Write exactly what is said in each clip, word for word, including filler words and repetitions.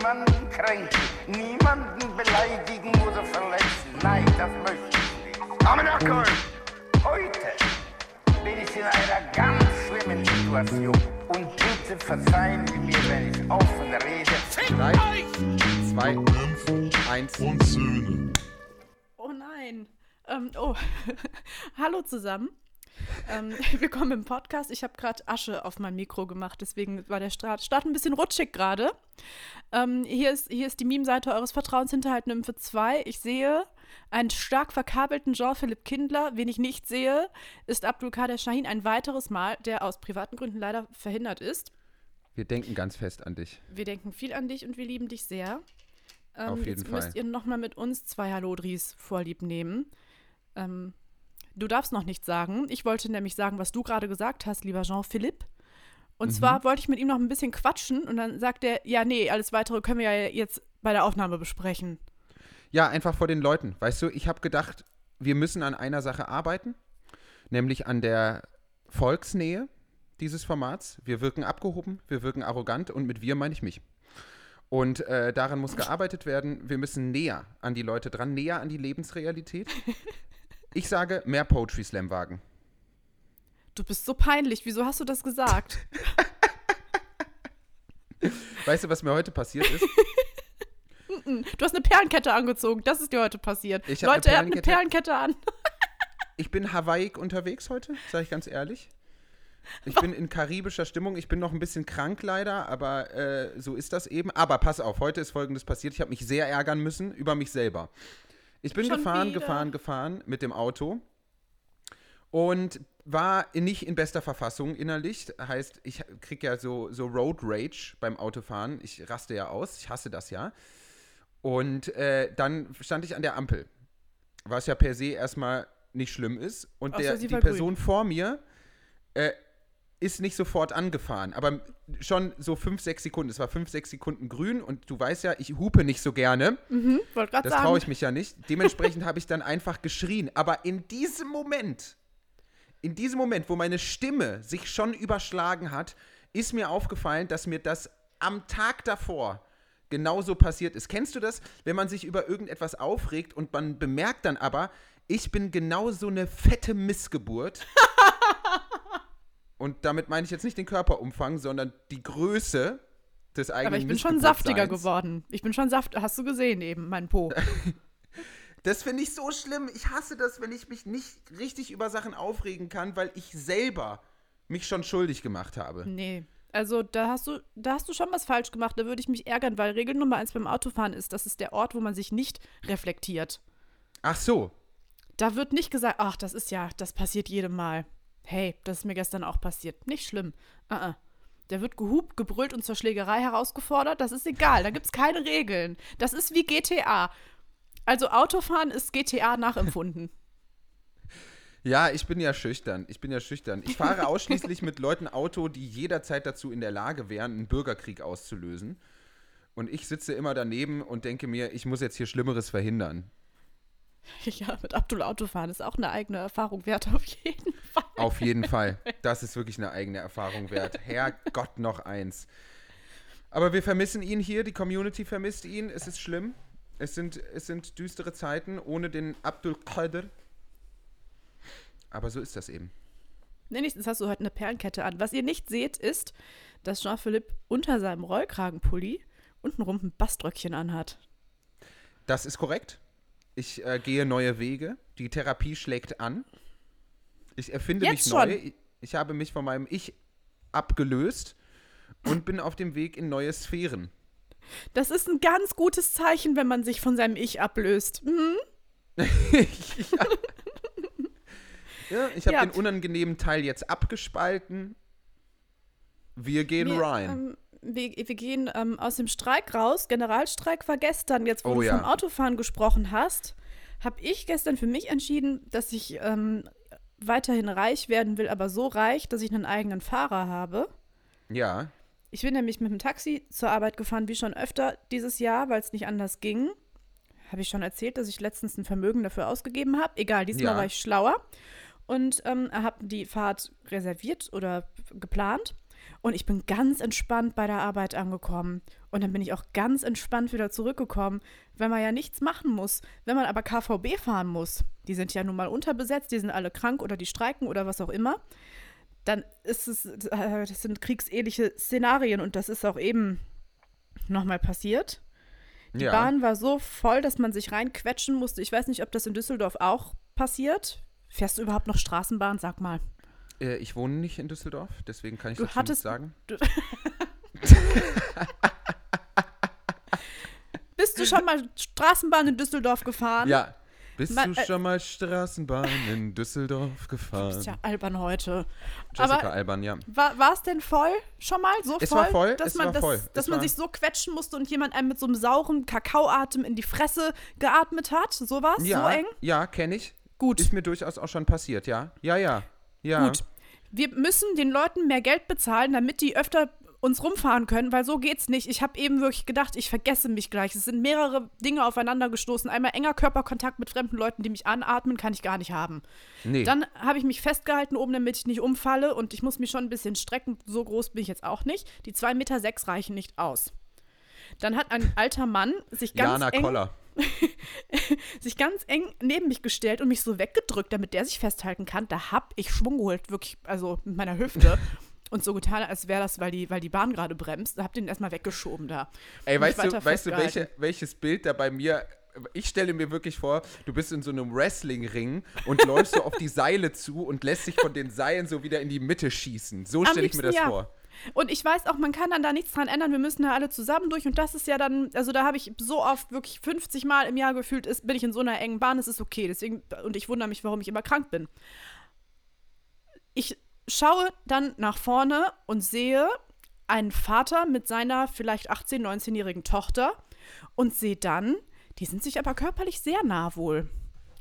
niemanden kränken, niemanden beleidigen oder verletzen. Nein, das möchte ich nicht. Aber Nackel, heute bin ich in einer ganz schlimmen Situation. Und bitte verzeihen Sie mir, wenn ich offen rede. drei, zwei, eins und Söhne. Oh nein. Ähm, oh, hallo zusammen. ähm, willkommen im Podcast. Ich habe gerade Asche auf mein Mikro gemacht, deswegen war der Start, Start ein bisschen rutschig gerade. Ähm, hier, ist, hier ist die Meme-Seite eures Vertrauens, Hinterhalt-Nymphe zwei. Ich sehe einen stark verkabelten Jean-Philipp Kindler. Wen ich nicht sehe, ist Abdulkader Shahin ein weiteres Mal, der aus privaten Gründen leider verhindert ist. Wir denken ganz fest an dich. Wir denken viel an dich und wir lieben dich sehr. Ähm, Auf jeden jetzt Fall. müsst ihr nochmal mit uns zwei Hallodris vorlieb nehmen. Ähm, du darfst noch nichts sagen. Ich wollte nämlich sagen, was du gerade gesagt hast, lieber Jean-Philipp. Und Mhm. zwar wollte ich mit ihm noch ein bisschen quatschen und dann sagt er, ja, nee, alles Weitere können wir ja jetzt bei der Aufnahme besprechen. Ja, einfach vor den Leuten. Weißt du, ich habe gedacht, wir müssen an einer Sache arbeiten, nämlich an der Volksnähe dieses Formats. Wir wirken abgehoben, wir wirken arrogant und mit wir meine ich mich. Und äh, daran muss gearbeitet werden. Wir müssen näher an die Leute dran, näher an die Lebensrealität. Ich sage, mehr Poetry Slam wagen. Du bist so peinlich. Wieso hast du das gesagt? Weißt du, was mir heute passiert ist? Du hast eine Perlenkette angezogen. Das ist dir heute passiert. Ich hab Leute, eine er hat eine Perlenkette an. Ich bin Hawaii unterwegs heute, sage ich ganz ehrlich. Ich bin in karibischer Stimmung. Ich bin noch ein bisschen krank leider, aber äh, so ist das eben. Aber pass auf, heute ist Folgendes passiert. Ich habe mich sehr ärgern müssen über mich selber. Ich bin Schon gefahren, wieder? gefahren, gefahren mit dem Auto und war nicht in bester Verfassung innerlich. Heißt, ich kriege ja so, so Road Rage beim Autofahren. Ich raste ja aus. Ich hasse das ja. Und äh, dann stand ich an der Ampel, was ja per se erstmal nicht schlimm ist. Und Außer der, sie die war Person vor mir äh, ist nicht sofort angefahren, aber schon so fünf, sechs Sekunden. Es war fünf, sechs Sekunden grün und du weißt ja, ich hupe nicht so gerne. Mhm, wollte gerade Das sagen. traue ich mich ja nicht. Dementsprechend habe ich dann einfach geschrien. Aber in diesem Moment, in diesem Moment, wo meine Stimme sich schon überschlagen hat, ist mir aufgefallen, dass mir das am Tag davor genauso passiert ist. Kennst du das, wenn man sich über irgendetwas aufregt und man bemerkt dann aber, ich bin genau so eine fette Missgeburt. Und damit meine ich jetzt nicht den Körperumfang, sondern die Größe des eigenen Aber ich bin schon saftiger geworden. Ich bin schon saft. Hast du gesehen eben, mein Po. Das finde ich so schlimm. Ich hasse das, wenn ich mich nicht richtig über Sachen aufregen kann, weil ich selber mich schon schuldig gemacht habe. Nee. Also da hast du, da hast du schon was falsch gemacht. Da würde ich mich ärgern, weil Regel Nummer eins beim Autofahren ist, das ist der Ort, wo man sich nicht reflektiert. Ach so. Da wird nicht gesagt, ach, das ist ja, das passiert jedem Mal. Hey, das ist mir gestern auch passiert. Nicht schlimm. Uh-uh. Der wird gehupt, gebrüllt und zur Schlägerei herausgefordert. Das ist egal. Da gibt es keine Regeln. Das ist wie G T A. Also Autofahren ist G T A nachempfunden. Ja, ich bin ja schüchtern. Ich bin ja schüchtern. Ich fahre ausschließlich mit Leuten Auto, die jederzeit dazu in der Lage wären, einen Bürgerkrieg auszulösen. Und ich sitze immer daneben und denke mir, ich muss jetzt hier Schlimmeres verhindern. Ja, mit Abdul Autofahren ist auch eine eigene Erfahrung wert, auf jeden Fall. Auf jeden Fall. Das ist wirklich eine eigene Erfahrung wert. Herrgott, noch eins. Aber wir vermissen ihn hier, die Community vermisst ihn. Es ist schlimm. Es sind, es sind düstere Zeiten ohne den Abdul Qadir. Aber so ist das eben. Wenigstens hast du heute eine Perlenkette an. Was ihr nicht seht, ist, dass Jean-Philipp unter seinem Rollkragenpulli untenrum ein Baströckchen anhat. Das ist korrekt. Ich äh, gehe neue Wege. Die Therapie schlägt an. Ich erfinde Jetzt mich schon. neu. Ich, ich habe mich von meinem Ich abgelöst und bin auf dem Weg in neue Sphären. Das ist ein ganz gutes Zeichen, wenn man sich von seinem Ich ablöst. Mhm. ja. ja, ich habe Ja. den unangenehmen Teil jetzt abgespalten. Wir gehen Wir, rein. ähm, wir, wir gehen ähm, aus dem Streik raus. Generalstreik war gestern. Jetzt, wo Oh du ja. vom Autofahren gesprochen hast, habe ich gestern für mich entschieden, dass ich ähm, weiterhin reich werden will, aber so reich, dass ich einen eigenen Fahrer habe. Ja. Ich bin nämlich mit dem Taxi zur Arbeit gefahren, wie schon öfter dieses Jahr, weil es nicht anders ging. Habe ich schon erzählt, dass ich letztens ein Vermögen dafür ausgegeben habe. Egal, diesmal Ja. war ich schlauer. Und ähm, habe die Fahrt reserviert oder geplant. Und ich bin ganz entspannt bei der Arbeit angekommen. Und dann bin ich auch ganz entspannt wieder zurückgekommen, wenn man ja nichts machen muss. Wenn man aber K V B fahren muss, die sind ja nun mal unterbesetzt, die sind alle krank oder die streiken oder was auch immer, dann ist es, äh, das sind kriegsähnliche Szenarien und das ist auch eben nochmal passiert. Die Ja. Bahn war so voll, dass man sich reinquetschen musste. Ich weiß nicht, ob das in Düsseldorf auch passiert. Fährst du überhaupt noch Straßenbahn? Sag mal. Äh, ich wohne nicht in Düsseldorf, deswegen kann ich Du dazu hattest- nichts sagen. Bist du schon mal Straßenbahn in Düsseldorf gefahren? Ja. Bist Man- du äh, schon mal Straßenbahn in Düsseldorf Das gefahren? ist ja albern heute. Jessica aber- Alban, ja. War es denn voll schon mal? So Es voll? war voll, dass es man, war dass, voll. dass Es man war- sich so quetschen musste und jemand einem mit so einem sauren Kakaoatem in die Fresse geatmet hat? Sowas? Ja, So eng? ja, kenne ich. Gut. Ist mir durchaus auch schon passiert, ja. Ja, ja. Ja. Gut. Wir müssen den Leuten mehr Geld bezahlen, damit die öfter uns rumfahren können, weil so geht's nicht. Ich habe eben wirklich gedacht, ich vergesse mich gleich. Es sind mehrere Dinge aufeinander gestoßen. Einmal enger Körperkontakt mit fremden Leuten, die mich anatmen, kann ich gar nicht haben. Nee. Dann habe ich mich festgehalten oben, damit ich nicht umfalle und ich muss mich schon ein bisschen strecken. So groß bin ich jetzt auch nicht. Die zwei Meter sechs reichen nicht aus. Dann hat ein alter Mann sich ganz Jana eng Koller. sich ganz eng neben mich gestellt und mich so weggedrückt, damit der sich festhalten kann. Da hab ich Schwung geholt, wirklich, also mit meiner Hüfte. Und so getan, als wäre das, weil die, weil die Bahn gerade bremst. Hab den erstmal weggeschoben da. Ey, Und weißt mich du, weiter weißt du welche, festgehalten. welches Bild da bei mir. Ich stelle mir wirklich vor, du bist in so einem Wrestling-Ring und läufst so auf die Seile zu und lässt dich von den Seilen so wieder in die Mitte schießen. So Am stelle ich mir das liebsten ja. vor. Und ich weiß auch, man kann dann da nichts dran ändern. Wir müssen da alle zusammen durch. Und das ist ja dann, also da habe ich so oft wirklich fünfzig Mal im Jahr gefühlt, ist, bin ich in so einer engen Bahn, es ist okay. Deswegen, und ich wundere mich, warum ich immer krank bin. Ich schaue dann nach vorne und sehe einen Vater mit seiner vielleicht achtzehn-, neunzehnjährigen Tochter und sehe dann, die sind sich aber körperlich sehr nah wohl.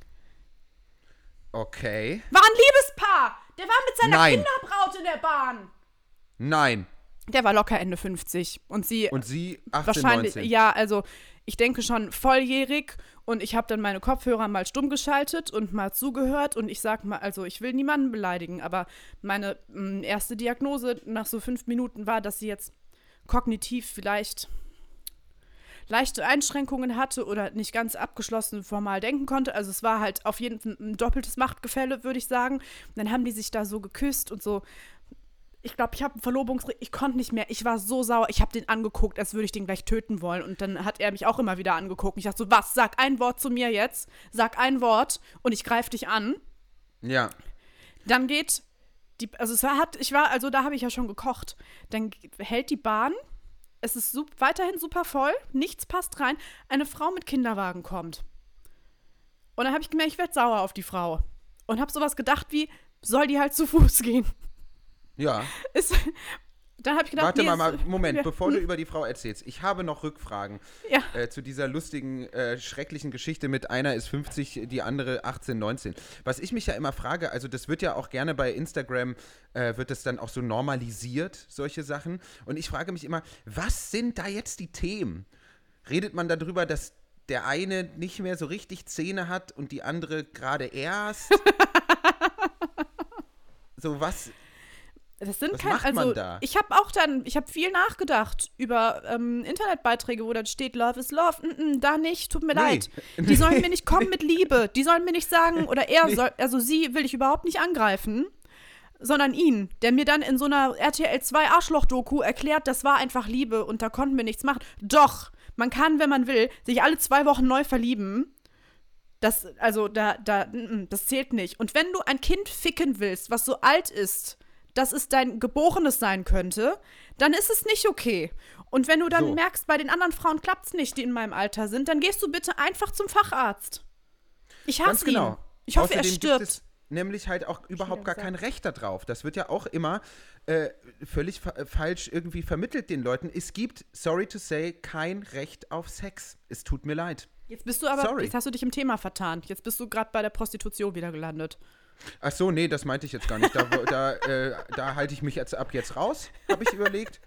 Okay. War ein Liebespaar! Der war mit seiner Nein. Kinderbraut in der Bahn. Nein. Der war locker Ende fünfzig. Und sie Und sie achtzehn, wahrscheinlich, neunzehn. ja, also ich denke schon volljährig und ich habe dann meine Kopfhörer mal stumm geschaltet und mal zugehört und ich sag mal, also ich will niemanden beleidigen, aber meine mh, erste Diagnose nach so fünf Minuten war, dass sie jetzt kognitiv vielleicht leichte Einschränkungen hatte oder nicht ganz abgeschlossen formal denken konnte. Also es war halt auf jeden Fall ein doppeltes Machtgefälle, würde ich sagen. Und dann haben die sich da so geküsst und so. Ich glaube, ich habe einen Verlobungsring, ich konnte nicht mehr, ich war so sauer, ich habe den angeguckt, als würde ich den gleich töten wollen und dann hat er mich auch immer wieder angeguckt. Ich dachte so, was, sag ein Wort zu mir jetzt, sag ein Wort und ich greife dich an. Ja. Dann geht die, also es hat, ich war, also da habe ich ja schon gekocht. Dann hält die Bahn, es ist sup, weiterhin super voll, nichts passt rein, eine Frau mit Kinderwagen kommt. Und dann habe ich gemerkt, ich werde sauer auf die Frau und habe sowas gedacht wie, soll die halt zu Fuß gehen? Ja. Ist, dann habe ich gedacht, Warte nee, mal, mal, ist- Moment, ja, bevor du über die Frau erzählst. Ich habe noch Rückfragen Ja. äh, zu dieser lustigen, äh, schrecklichen Geschichte mit einer ist fünfzig, die andere achtzehn, neunzehn. Was ich mich ja immer frage, also das wird ja auch gerne bei Instagram, äh, wird das dann auch so normalisiert, solche Sachen. Und ich frage mich immer, was sind da jetzt die Themen? Redet man darüber, dass der eine nicht mehr so richtig Zähne hat und die andere gerade erst? So was... Das sind Was kein, macht also man da? ich habe auch dann, ich habe viel nachgedacht über ähm, Internetbeiträge, wo dann steht, Love is Love. Mm, mm, da nicht, tut mir Nee. leid. Die sollen mir nicht kommen mit Liebe. Die sollen mir nicht sagen, oder er Nee. soll, also sie will ich überhaupt nicht angreifen, sondern ihn, der mir dann in so einer R T L zwei Arschloch-Doku erklärt, das war einfach Liebe und da konnten wir nichts machen. Doch, man kann, wenn man will, sich alle zwei Wochen neu verlieben. Das, also, da, da, mm, mm, das zählt nicht. Und wenn du ein Kind ficken willst, was so alt ist, dass es dein Geborenes sein könnte, dann ist es nicht okay. Und wenn du dann So. merkst, bei den anderen Frauen klappt es nicht, die in meinem Alter sind, dann gehst du bitte einfach zum Facharzt. Ich hasse Ganz genau. ihn. Ich hoffe, er Außerdem stirbt. Gibt es nämlich halt auch überhaupt gar gesagt. kein Recht darauf. Das wird ja auch immer äh, völlig fa falsch irgendwie vermittelt den Leuten. Es gibt, sorry to say, kein Recht auf Sex. Es tut mir leid. Jetzt bist du aber, Sorry. jetzt hast du dich im Thema vertan. Jetzt bist du gerade bei der Prostitution wieder gelandet. Ach so, nee, das meinte ich jetzt gar nicht. Da, wo- da, äh, da halte ich mich jetzt ab jetzt raus, habe ich überlegt.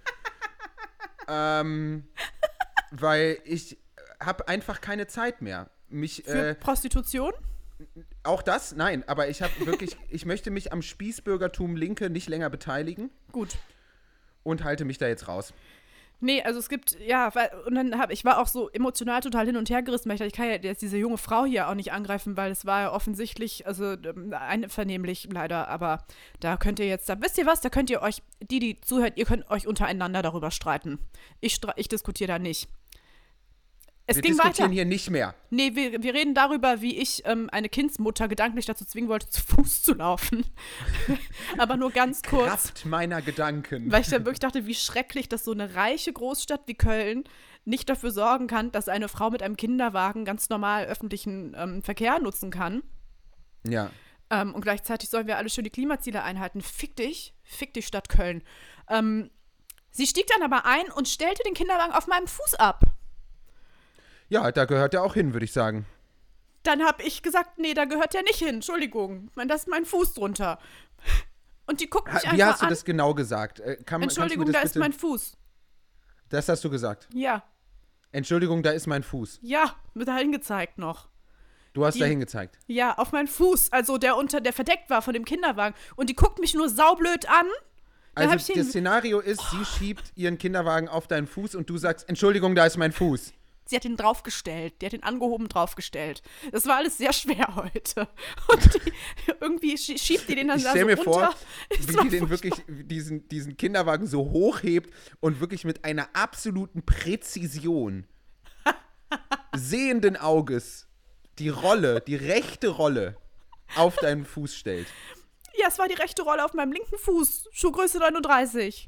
Ähm, weil ich habe einfach keine Zeit mehr. Mich, Für äh, Prostitution? auch das, nein, aber ich habe wirklich, ich möchte mich am Spießbürgertum Linke nicht länger beteiligen. Gut. und halte mich da jetzt raus. Nee, also es gibt, ja, weil, und dann habe ich war auch so emotional total hin und her gerissen, weil ich dachte, ich kann ja jetzt diese junge Frau hier auch nicht angreifen, weil es war ja offensichtlich, also ähm, einvernehmlich leider, aber da könnt ihr jetzt, da wisst ihr was, da könnt ihr euch, die, die zuhört, ihr könnt euch untereinander darüber streiten. Ich, stre- ich diskutiere da nicht. Es Wir ging diskutieren weiter. hier nicht mehr. Nee, wir, wir reden darüber, wie ich ähm, eine Kindsmutter gedanklich dazu zwingen wollte, zu Fuß zu laufen. Aber nur ganz kurz. Kraft meiner Gedanken. Weil ich dann wirklich dachte, wie schrecklich, dass so eine reiche Großstadt wie Köln nicht dafür sorgen kann, dass eine Frau mit einem Kinderwagen ganz normal öffentlichen ähm, Verkehr nutzen kann. Ja. Ähm, und gleichzeitig sollen wir alle schön die Klimaziele einhalten. Fick dich, fick dich Stadt Köln. Ähm, sie stieg dann aber ein und stellte den Kinderwagen auf meinem Fuß ab. Ja, da gehört er auch hin, würde ich sagen. Dann habe ich gesagt, nee, da gehört der nicht hin. Entschuldigung, da ist mein Fuß drunter. Und die guckt mich Ha, einfach wie hast du an. das genau gesagt? Äh, kann, Entschuldigung, kannst du mir da das ist bitte, mein Fuß. Das hast du gesagt. Ja, Entschuldigung, da ist mein Fuß. ja, wird da hingezeigt noch. Du hast Die- da hingezeigt. Ja, auf meinen Fuß, also der unter, der verdeckt war von dem Kinderwagen. Und die guckt mich nur saublöd an. Dann hab ich Also den, das Szenario ist, sie schiebt ihren Kinderwagen auf deinen Fuß und du sagst, Entschuldigung, da ist mein Fuß. sie hat den draufgestellt, die hat den angehoben draufgestellt. Das war alles sehr schwer heute. Und die, irgendwie schie- schiebt die den dann Ich da so stelle mir runter. vor, Es wie war die den furchtbar. wirklich, diesen, diesen Kinderwagen so hochhebt und wirklich mit einer absoluten Präzision, sehenden Auges, die Rolle, die rechte Rolle auf deinen Fuß stellt. Ja, es war die rechte Rolle auf meinem linken Fuß, Schuhgröße neununddreißig.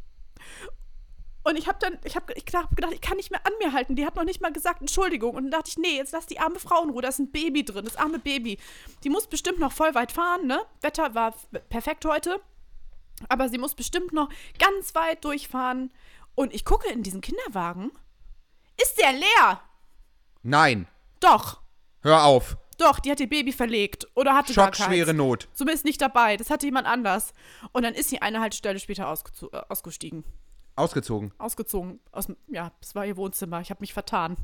Und ich habe dann, ich habe ich hab gedacht, ich kann nicht mehr an mir halten. Die hat noch nicht mal gesagt, Entschuldigung. Und dann dachte ich, nee, jetzt lass die arme Frau in Ruhe. Da ist ein Baby drin, das arme Baby. Die muss bestimmt noch voll weit fahren, ne? Wetter war f- perfekt heute. Aber sie muss bestimmt noch ganz weit durchfahren. Und ich gucke in diesen Kinderwagen. Ist der leer? Nein, Doch, hör auf. doch, die hat ihr Baby verlegt. Oder hatte gar keins. Schockschwere Not. Zumindest nicht dabei. Das hatte jemand anders. Und dann ist sie eine Haltestelle später ausgezo- äh, ausgestiegen. Ausgezogen. Ausgezogen. Aus dem, ja, das war ihr Wohnzimmer. Ich habe mich vertan.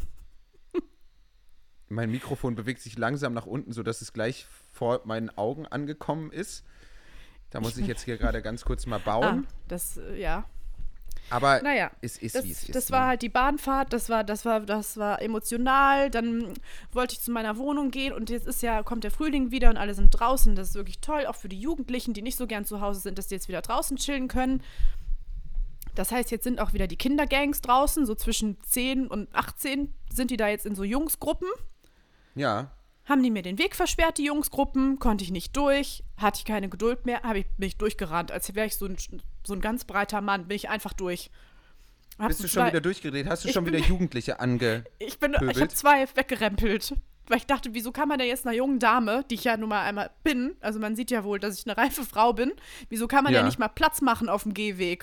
Mein Mikrofon bewegt sich langsam nach unten, sodass es gleich vor meinen Augen angekommen ist. Da muss ich jetzt hier gerade ganz kurz mal Ah, bauen. das, äh, ja. Aber Naja, es ist, das, wie es ist. das ne? war halt die Bahnfahrt, das war, das war, das war emotional. Dann wollte ich zu meiner Wohnung gehen und jetzt ist ja, kommt der Frühling wieder und alle sind draußen. Das ist wirklich toll, auch für die Jugendlichen, die nicht so gern zu Hause sind, dass die jetzt wieder draußen chillen können. Das heißt, jetzt sind auch wieder die Kindergangs draußen, so zwischen zehn und achtzehn sind die da jetzt in so Jungsgruppen. Ja. Haben die mir den Weg versperrt, die Jungsgruppen, konnte ich nicht durch, hatte ich keine Geduld mehr, habe ich bin ich durchgerannt, als wäre ich so ein, so ein ganz breiter Mann, bin ich einfach durch. Hab Bist so du schon zwei- wieder durchgedreht? Hast du Ich schon bin- wieder Jugendliche ange... Ich bin, ich habe Pöbelt? zwei weggerempelt, weil ich dachte, wieso kann man denn jetzt einer jungen Dame, die ich ja nun mal einmal bin, also man sieht ja wohl, dass ich eine reife Frau bin, wieso kann man ja, Ja. nicht mal Platz machen auf dem Gehweg?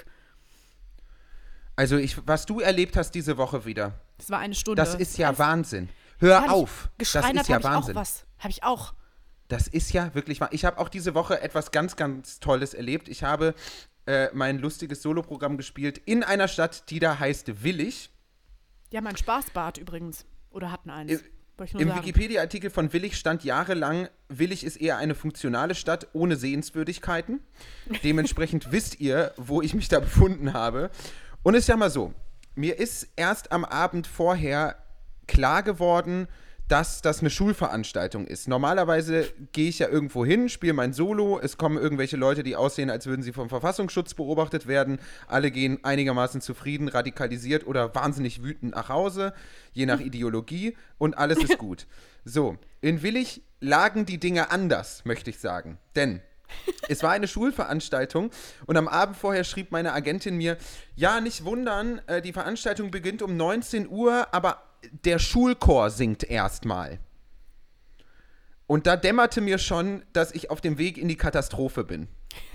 Also, ich, was du erlebt hast diese Woche wieder, Das war eine Stunde. das ist ja Alles- Wahnsinn. Hör Hab ich auf. Das Geschreinert ist ja habe ich Wahnsinn. auch was. Habe ich auch. Das ist ja wirklich wahr. Ich habe auch diese Woche etwas ganz, ganz Tolles erlebt. Ich habe äh, mein lustiges Soloprogramm gespielt in einer Stadt, die da heißt Willich. Die haben ein Spaßbad übrigens. Oder hatten eins. Im- Wollte ich nur Im sagen. Wikipedia-Artikel von Willich stand jahrelang, Willich ist eher eine funktionale Stadt ohne Sehenswürdigkeiten. Dementsprechend wisst ihr, wo ich mich da befunden habe. Und es ist ja mal so, mir ist erst am Abend vorher klar geworden, dass das eine Schulveranstaltung ist. Normalerweise gehe ich ja irgendwo hin, spiele mein Solo, es kommen irgendwelche Leute, die aussehen, als würden sie vom Verfassungsschutz beobachtet werden. Alle gehen einigermaßen zufrieden, radikalisiert oder wahnsinnig wütend nach Hause, je nach Ideologie, und alles ist gut. So, in Willich lagen die Dinge anders, möchte ich sagen. Denn es war eine Schulveranstaltung und am Abend vorher schrieb meine Agentin mir, ja, nicht wundern, äh, die Veranstaltung beginnt um neunzehn Uhr, aber der Schulchor singt erstmal. Und da dämmerte mir schon, dass ich auf dem Weg in die Katastrophe bin.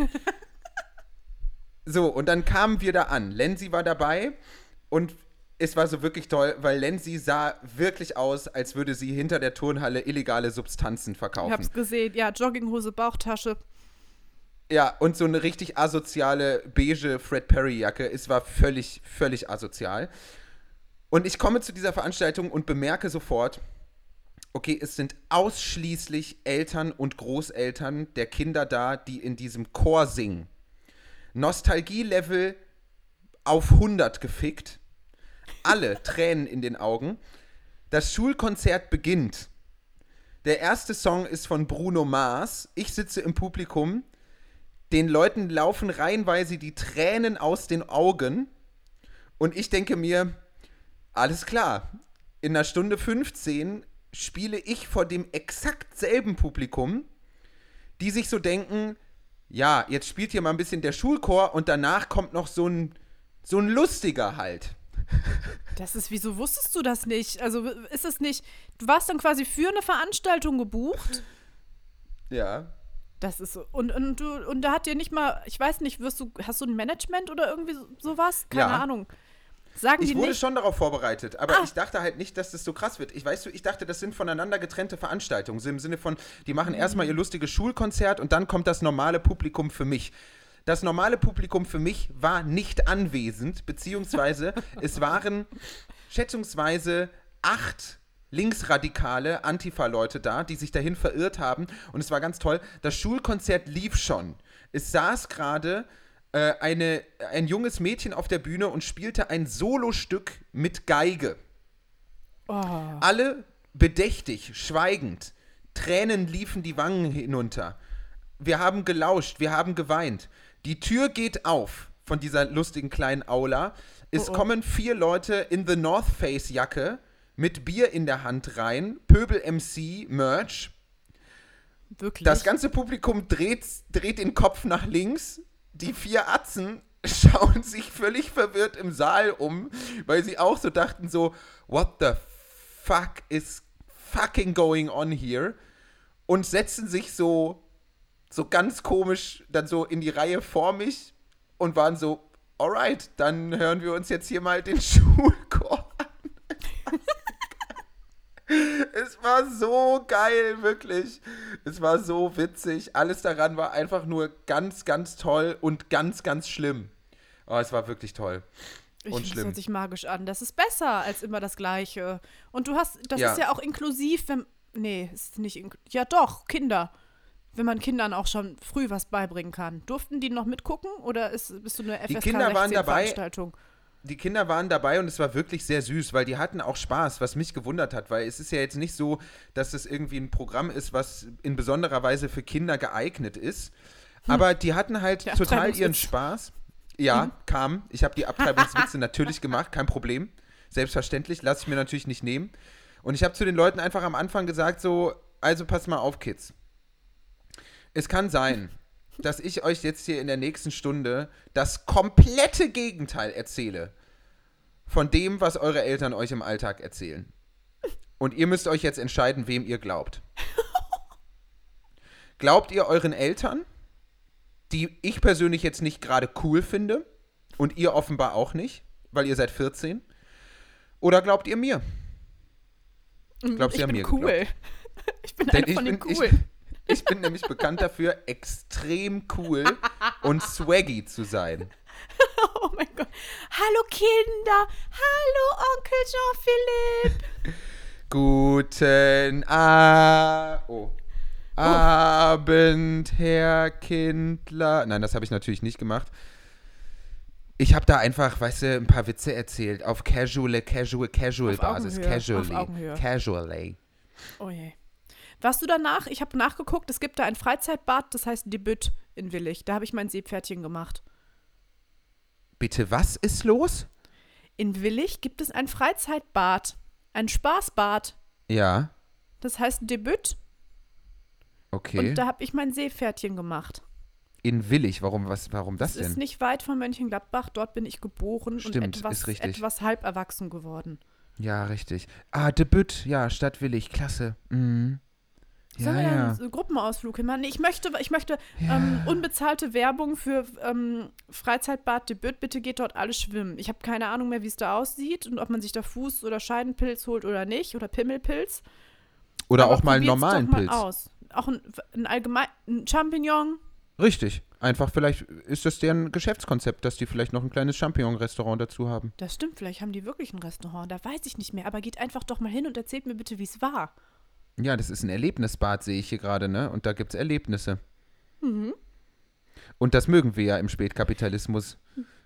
So, und dann kamen wir da an. Lenzi war dabei und es war so wirklich toll, weil Lenzi sah wirklich aus, als würde sie hinter der Turnhalle illegale Substanzen Ich verkaufen. hab's gesehen. Ja, Jogginghose, Bauchtasche. Ja, und so eine richtig asoziale beige Fred Perry-Jacke. Es war völlig, völlig asozial. Und ich komme zu dieser Veranstaltung und bemerke sofort, okay, es sind ausschließlich Eltern und Großeltern der Kinder da, die in diesem Chor singen. Nostalgie-Level auf hundert gefickt. Alle Tränen in den Augen. Das Schulkonzert beginnt. Der erste Song ist von Bruno Mars. Ich sitze im Publikum. Den Leuten laufen reihenweise die Tränen aus den Augen. Und ich denke mir, alles klar, in einer Stunde fünfzehn spiele ich vor dem exakt selben Publikum, die sich so denken, ja, jetzt spielt hier mal ein bisschen der Schulchor und danach kommt noch so ein, so ein lustiger halt. Das ist, wieso wusstest du das nicht? Also ist es nicht, du warst dann quasi für eine Veranstaltung gebucht? Ja. Das ist so, und, und, du, und da hat dir nicht mal, ich weiß nicht, wirst du, hast du ein Management oder irgendwie so, sowas? Keine Ja. Ahnung. Sagen Ich die wurde nicht, schon darauf vorbereitet, aber Ah. ich dachte halt nicht, dass das so krass wird. Ich weißt du, ich dachte, das sind voneinander getrennte Veranstaltungen. So im Sinne von, die machen erstmal ihr lustiges Schulkonzert und dann kommt das normale Publikum für mich. Das normale Publikum für mich war nicht anwesend, beziehungsweise es waren schätzungsweise acht linksradikale Antifa-Leute da, die sich dahin verirrt haben. Und es war ganz toll. Das Schulkonzert lief schon. Es saß gerade äh, eine, ein junges Mädchen auf der Bühne und spielte ein Solostück mit Geige. oh, Alle bedächtig, schweigend. Tränen liefen die Wangen hinunter. Wir haben gelauscht, wir haben geweint. Die Tür geht auf von dieser lustigen kleinen Aula. Es Oh, oh. kommen vier Leute in The North Face Jacke mit Bier in der Hand rein. Pöbel M C, Merch. wirklich? Das ganze Publikum dreht, dreht den Kopf nach links. Die vier Atzen schauen sich völlig verwirrt im Saal um, weil sie auch so dachten so, what the fuck is fucking going on here? Und setzen sich so, so ganz komisch dann so in die Reihe vor mich und waren so, alright, dann hören wir uns jetzt hier mal den Schulchor an. Es war so geil, wirklich. Es war so witzig. Alles daran war einfach nur ganz, ganz toll und ganz, ganz schlimm. Oh, es war wirklich toll. Ich, Und das schlimm. hört sich magisch an. Das ist besser als immer das Gleiche. Und du hast, das Ja. ist ja auch inklusiv, wenn, nee, ist nicht, ink- ja doch, Kinder. Wenn man Kindern auch schon früh was beibringen kann. Durften die noch mitgucken oder ist, bist du eine F S K Kinder waren sechzehn dabei. Veranstaltung? Die Kinder waren dabei und es war wirklich sehr süß, weil die hatten auch Spaß, was mich gewundert hat, weil es ist ja jetzt nicht so, dass es irgendwie ein Programm ist, was in besonderer Weise für Kinder geeignet ist. Aber die hatten halt Der total ihren Abtreibungswitz. Spaß. Ja, kam. Ich habe die Abtreibungswitze natürlich gemacht, kein Problem. Selbstverständlich, lasse ich mir natürlich nicht nehmen. Und ich habe zu den Leuten einfach am Anfang gesagt so, also pass mal auf, Kids. Es kann sein, dass ich euch jetzt hier in der nächsten Stunde das komplette Gegenteil erzähle von dem, was eure Eltern euch im Alltag erzählen. Und ihr müsst euch jetzt entscheiden, wem ihr glaubt. Glaubt ihr euren Eltern, die ich persönlich jetzt nicht gerade cool finde und ihr offenbar auch nicht, weil ihr seid vierzehn? Oder glaubt ihr mir? Ich glaube, sie ich haben bin mir cool. geglaubt. Ich bin Denn einer von ich den bin, ich, Coolen. ich bin nämlich bekannt dafür, extrem cool und swaggy zu sein. Oh mein Gott. Hallo Kinder. Hallo Onkel Jean-Philippe. Guten A oh. Abend, Herr Kindler. Nein, das habe ich natürlich nicht gemacht. Ich habe da einfach, weißt du, ein paar Witze erzählt. Auf casual, casual, casual Auf Basis. Augenhöhe, Casually. auf Augenhöhe. Casually. Oh je. Warst du danach? Ich habe nachgeguckt, es gibt da ein Freizeitbad, das heißt Debüt in Willig. Da habe ich mein Seepferdchen gemacht. Bitte, was ist los? In Willig gibt es ein Freizeitbad. Ein Spaßbad. Ja, Das heißt Debüt. okay. Und da habe ich mein Seepferdchen gemacht. In Willig, warum, was, warum das Es ist denn? nicht weit von Mönchengladbach. Dort bin ich geboren Stimmt, und etwas, ist richtig. etwas halb erwachsen geworden. Ja, richtig. Ah, Debüt, ja, Stadt Willig, klasse. Mhm. Sollen Ja, wir da ja. einen Gruppenausflug hin machen? Nee, ich möchte, ich möchte Ja. ähm, unbezahlte Werbung für ähm, Freizeitbad Debüt. Bitte geht dort alle schwimmen. Ich habe keine Ahnung mehr, wie es da aussieht und ob man sich da Fuß- oder Scheidenpilz holt oder nicht oder Pimmelpilz. Oder Aber auch mal einen probiert's normalen doch mal Pilz. aus. Auch ein, ein allgemein ein Champignon. Richtig. Einfach vielleicht ist das deren Geschäftskonzept, dass die vielleicht noch ein kleines Champignon-Restaurant dazu haben. Das stimmt, vielleicht haben die wirklich ein Restaurant. Da weiß ich nicht mehr. Aber geht einfach doch mal hin und erzählt mir bitte, wie es war. Ja, das ist ein Erlebnisbad, sehe ich hier gerade, ne? Und da gibt es Erlebnisse. Mhm. Und das mögen wir ja im Spätkapitalismus.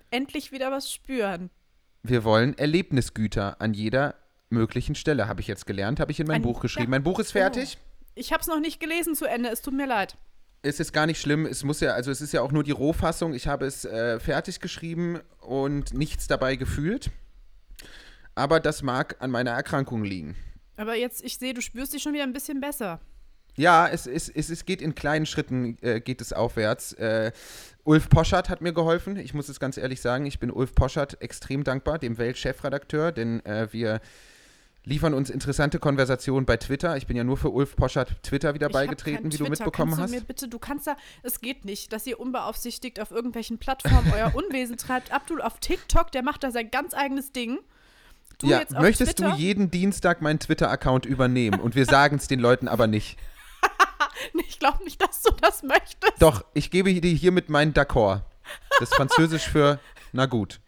endlich wieder was spüren. Wir wollen Erlebnisgüter an jeder möglichen Stelle, habe ich jetzt gelernt, habe ich in mein Ein- Buch geschrieben. ja. Mein Buch ist fertig. Ich habe es noch nicht gelesen zu Ende, es tut mir leid. Es ist gar nicht schlimm. Es muss ja, also es ist ja auch nur die Rohfassung. Ich habe es äh, fertig geschrieben und nichts dabei gefühlt. Aber das mag an meiner Erkrankung liegen. Aber jetzt, ich sehe, du spürst dich schon wieder ein bisschen besser. Ja, es, es, es, es geht in kleinen Schritten, äh, geht es aufwärts. Äh, Ulf Poschardt hat mir geholfen. Ich muss es ganz ehrlich sagen, ich bin Ulf Poschardt extrem dankbar, dem Welt-Chefredakteur, denn äh, wir liefern uns interessante Konversationen bei Twitter. Ich bin ja nur für Ulf Poschardt Twitter wieder Ich hab beigetreten, kein wie du Twitter. mitbekommen kannst hast. Du mir bitte, du kannst da, es geht nicht, dass ihr unbeaufsichtigt auf irgendwelchen Plattformen euer Unwesen treibt. Abdul auf TikTok, der macht da sein ganz eigenes Ding. Du Ja, jetzt auf möchtest Twitter? du jeden Dienstag meinen Twitter-Account übernehmen und wir sagen es den Leuten aber nicht. Nee, ich glaube nicht, dass du das möchtest. Doch, ich gebe dir hiermit meinen D'accord. Das ist Französisch für na gut.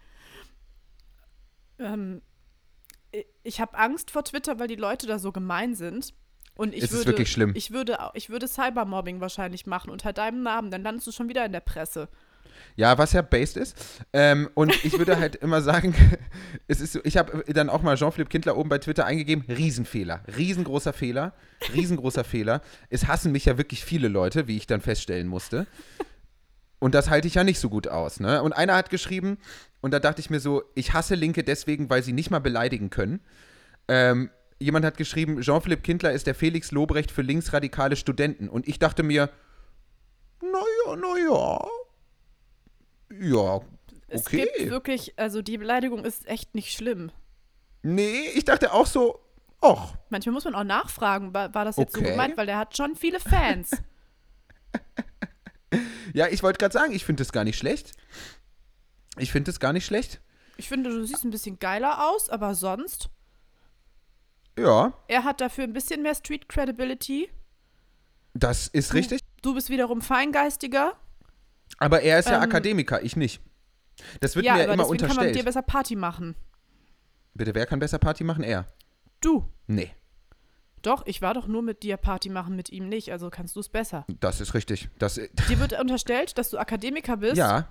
Ähm, ich ich habe Angst vor Twitter, weil die Leute da so gemein sind. Und ich Es ist würde, wirklich schlimm. Ich würde, au- ich würde Cybermobbing wahrscheinlich machen unter deinem Namen. Dann landest du schon wieder in der Presse. Ja, was ja based ist. Ähm, und ich würde halt immer sagen, es ist so, ich habe dann auch mal Jean-Philippe Kindler oben bei Twitter eingegeben, Riesenfehler, riesengroßer Fehler, riesengroßer Fehler. Es hassen mich ja wirklich viele Leute, wie ich dann feststellen musste. Und das halte ich ja nicht so gut aus, ne? Und einer hat geschrieben, und da dachte ich mir so, ich hasse Linke deswegen, weil sie nicht mal beleidigen können. Ähm, jemand hat geschrieben, Jean-Philippe Kindler ist der Felix Lobrecht für linksradikale Studenten. Und ich dachte mir, naja, naja, ja, Es okay. gibt wirklich, also die Beleidigung ist echt nicht schlimm. Nee, ich dachte auch so, ach, Manchmal muss man auch nachfragen, war, war das jetzt so Okay. gemeint, weil der hat schon viele Fans. ja, ich wollte gerade sagen, ich finde das gar nicht schlecht. Ich finde das gar nicht schlecht. Ich finde, du siehst ein bisschen geiler aus, aber sonst, Ja, er hat dafür ein bisschen mehr Street Credibility. das ist richtig. Du bist wiederum feingeistiger. Aber er ist ja Ähm, Akademiker, ich nicht. Das wird Ja, mir aber immer deswegen kann man mit dir unterstellt. besser Party machen. Bitte, wer kann besser Party machen? Er. Du. Nee, Doch, ich war doch nur mit dir Party machen, mit ihm nicht, also kannst du es besser. das ist richtig. Das, Dir wird unterstellt, dass du Akademiker bist. ja,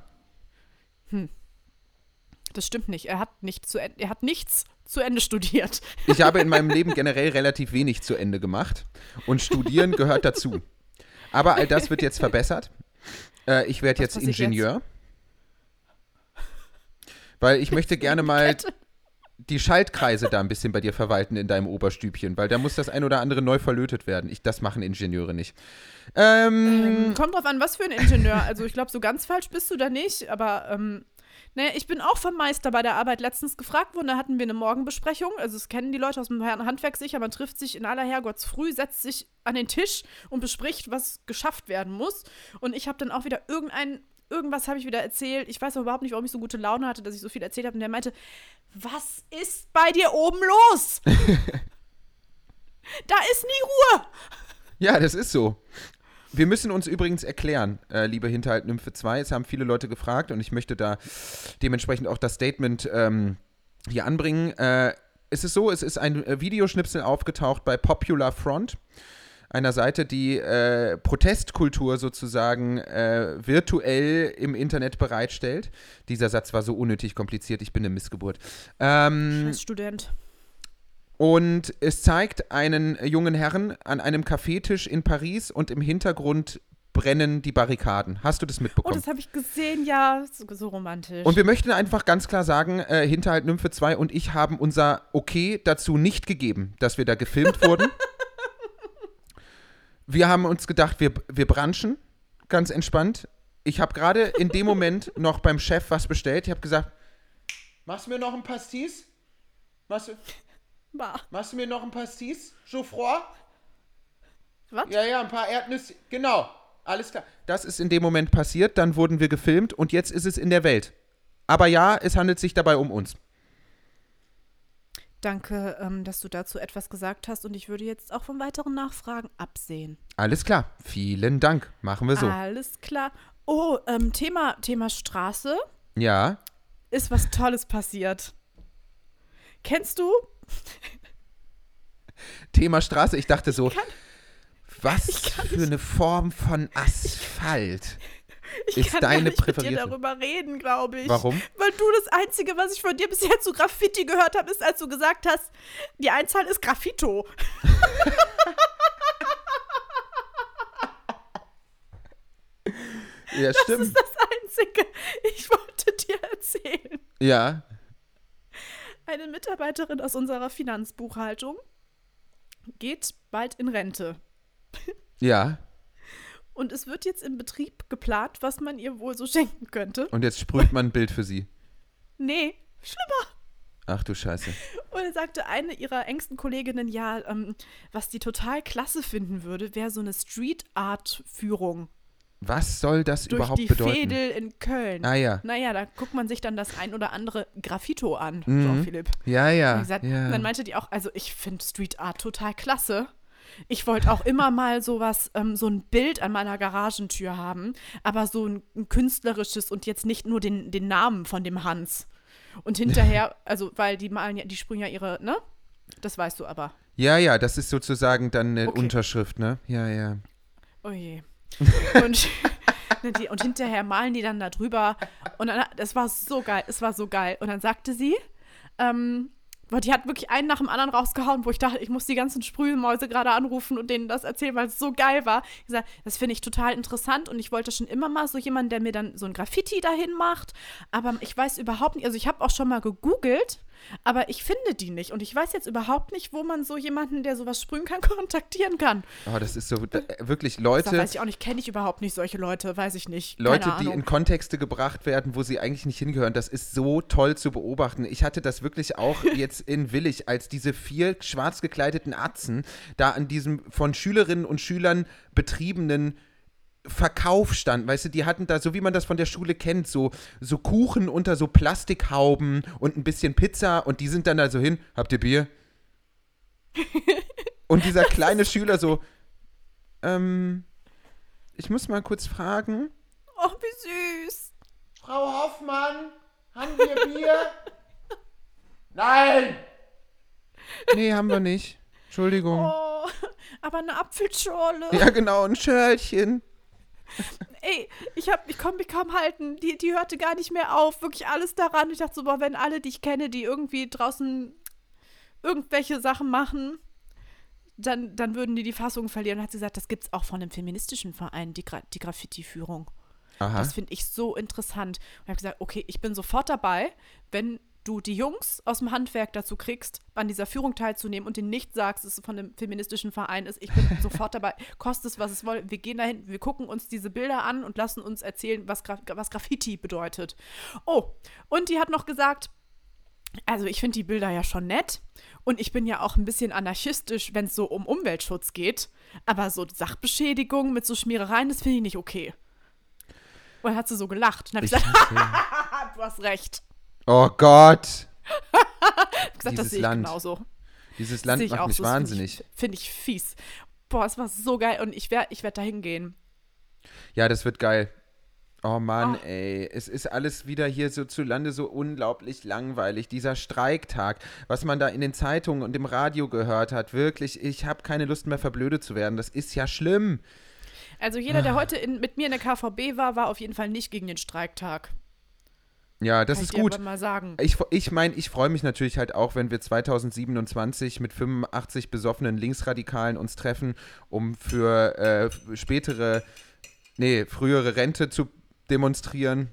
Das stimmt nicht. Er hat, nicht zu, en- er hat nichts zu Ende studiert. ich habe in meinem Leben generell relativ wenig zu Ende gemacht. Und Studieren gehört dazu. Aber all das wird jetzt verbessert. Äh, ich werde Was jetzt passiert Ingenieur. Weil ich möchte gerne mal Kette. die Schaltkreise da ein bisschen bei dir verwalten in deinem Oberstübchen, weil da muss das ein oder andere neu verlötet werden. Ich, das machen Ingenieure nicht. Ähm, Kommt drauf an, was für ein Ingenieur. Also ich glaube, so ganz falsch bist du da nicht, aber ähm, naja, ich bin auch vom Meister bei der Arbeit letztens gefragt worden, da hatten wir eine Morgenbesprechung, also es kennen die Leute aus dem Handwerk sicher, man trifft sich in aller Herrgottsfrüh, setzt sich an den Tisch und bespricht, was geschafft werden muss und ich habe dann auch wieder irgendein, irgendwas habe ich wieder erzählt, ich weiß auch überhaupt nicht, warum ich so gute Laune hatte, dass ich so viel erzählt habe und der meinte, was ist bei dir oben los? Da ist nie Ruhe. ja, das ist so. Wir müssen uns übrigens erklären, äh, liebe Hinterhalt-Nymphe zwei. Es haben viele Leute gefragt und ich möchte da dementsprechend auch das Statement ähm, hier anbringen. Äh, es ist so, es ist ein äh, Videoschnipsel aufgetaucht bei Popular Front, einer Seite, die äh, Protestkultur sozusagen äh, virtuell im Internet bereitstellt. Dieser Satz war so unnötig kompliziert, ich bin eine Missgeburt. Ähm, Als Student. Und es zeigt einen jungen Herrn an einem Kaffeetisch in Paris und im Hintergrund brennen die Barrikaden. Hast du das Oh, mitbekommen? das habe ich gesehen, ja, so, so romantisch. Und wir möchten einfach ganz klar sagen, äh, Hinterhalt Nymphe zwei und ich haben unser Okay dazu nicht gegeben, dass wir da gefilmt wurden. Wir haben uns gedacht, wir, wir branchen, ganz entspannt. Ich habe gerade in dem Moment noch beim Chef was bestellt. Ich habe gesagt, machst du mir noch ein Pastis? Machst du, Bah. machst du mir noch ein Pastis? Geoffroy? Was? Ja, ja, ein paar Erdnüsse. Genau, alles klar. Das ist in dem Moment passiert, dann wurden wir gefilmt und jetzt ist es in der Welt. Aber ja, es handelt sich dabei um uns. Danke, ähm, dass du dazu etwas gesagt hast und ich würde jetzt auch von weiteren Nachfragen absehen. Alles klar, vielen Dank. Machen wir so. Alles klar. Oh, ähm, Thema, Thema Straße. Ja, Ist was Tolles passiert. Kennst du? Thema Straße. Ich dachte so, kann- was ich kann für eine Form von Asphalt. Ich ist kann deine gar nicht mit dir präferierte. darüber reden, glaube ich. Warum? Weil du das Einzige, was ich von dir bisher zu Graffiti gehört habe, ist, als du gesagt hast, die Einzahl ist Graffito. Ja, Das stimmt. ist das Einzige. Ich wollte dir erzählen. Ja, Eine Mitarbeiterin aus unserer Finanzbuchhaltung geht bald in Rente. ja. Und es wird jetzt im Betrieb geplant, was man ihr wohl so schenken könnte. Und jetzt sprüht man ein Bild für sie. Nee, schlimmer. Ach du Scheiße. Und dann sagte eine ihrer engsten Kolleginnen, ja, ähm, was die total klasse finden würde, wäre so eine Street-Art-Führung Was soll das durch überhaupt die bedeuten? Veedel in Köln. Ah ja. Naja, da guckt man sich dann das ein oder andere Graffito an, Mhm. Jean-Philipp. Ja, ja. Und gesagt, ja. Dann meinte die auch, also ich finde Street Art total klasse. Ich wollte auch immer mal sowas, ähm, so ein Bild an meiner Garagentür haben, aber so ein, ein künstlerisches und jetzt nicht nur den, den Namen von dem Hans. Und hinterher, also weil die malen ja, die sprühen ja ihre, ne? Das weißt du aber. ja, ja, das ist sozusagen dann eine Okay. Unterschrift, ne? Ja, ja. Oh je. Und, die, und hinterher malen die dann da drüber. Und dann, das war so geil, es war so geil. Und dann sagte sie, ähm, boah, die hat wirklich einen nach dem anderen rausgehauen, wo ich dachte, ich muss die ganzen Sprühmäuse gerade anrufen und denen das erzählen, weil es so geil war. Ich gesagt, das finde ich total interessant und ich wollte schon immer mal so jemanden, der mir dann so ein Graffiti dahin macht. Aber ich weiß überhaupt nicht, also ich habe auch schon mal gegoogelt, aber ich finde die nicht. Und ich weiß jetzt überhaupt nicht, wo man so jemanden, der sowas sprühen kann, kontaktieren kann. Oh, das ist so, äh, wirklich Das Leute, weiß ich auch nicht, kenne ich überhaupt nicht solche Leute, weiß ich nicht. Keine Leute, die Ahnung. in Kontexte gebracht werden, wo sie eigentlich nicht hingehören. Das ist so toll zu beobachten. Ich hatte das wirklich auch jetzt in Willig, als diese vier schwarz gekleideten Atzen da an diesem von Schülerinnen und Schülern betriebenen Verkauf standen. Weißt du, die hatten da, so wie man das von der Schule kennt, so, so Kuchen unter so Plastikhauben und ein bisschen Pizza und die sind dann da so hin, habt ihr Bier? Und dieser kleine Schüler so, ähm, ich muss mal kurz fragen. Oh, wie süß. Frau Hoffmann, haben wir Bier? Nein! Nee, haben wir nicht. Entschuldigung. Oh, aber eine Apfelschorle. Ja, genau, ein Schörlchen. Ey, ich, hab, ich konnte mich kaum halten. Die, die hörte gar nicht mehr auf. Wirklich alles daran. Ich dachte so, boah, wenn alle, die ich kenne, die irgendwie draußen irgendwelche Sachen machen, dann, dann würden die die Fassung verlieren. Und hat sie gesagt, das gibt's auch von einem feministischen Verein, die, Gra- die Graffiti-Führung. Aha. Das finde ich so interessant. Und ich habe gesagt, okay, ich bin sofort dabei, wenn du die Jungs aus dem Handwerk dazu kriegst, an dieser Führung teilzunehmen und denen nicht sagst, dass es von einem feministischen Verein ist. Ich bin sofort dabei. Kostet es, was es wolle. Wir gehen dahin, wir gucken uns diese Bilder an und lassen uns erzählen, was, Gra- was Graffiti bedeutet. Oh, und die hat noch gesagt, also ich finde die Bilder ja schon nett und ich bin ja auch ein bisschen anarchistisch, wenn es so um Umweltschutz geht, aber so Sachbeschädigung mit so Schmierereien, das finde ich nicht okay. Und dann hat sie so gelacht. Und dann habe ich, Ich gesagt, hasse- du hast recht. Oh Gott. Ich habe gesagt, Dieses das sehe ich Land. genauso. Dieses Das Land sehe ich macht auch mich so. Das wahnsinnig. Finde ich, find ich fies. Boah, es war so geil und ich werde ich werd da hingehen. Ja, das wird geil. Oh Mann, Ah. ey. Es ist alles wieder hier so zu Lande so unglaublich langweilig. Dieser Streiktag, was man da in den Zeitungen und im Radio gehört hat. Wirklich, ich habe keine Lust mehr, verblödet zu werden. Das ist ja schlimm. Also jeder, der heute in, mit mir in der K V B war, war auf jeden Fall nicht gegen den Streiktag. Ja, das Kann ist ich dir gut. aber mal sagen. Ich, ich meine, ich freue mich natürlich halt auch, wenn wir zweitausendsiebenundzwanzig mit fünfundachtzig besoffenen Linksradikalen uns treffen, um für äh, spätere, nee, frühere Rente zu demonstrieren.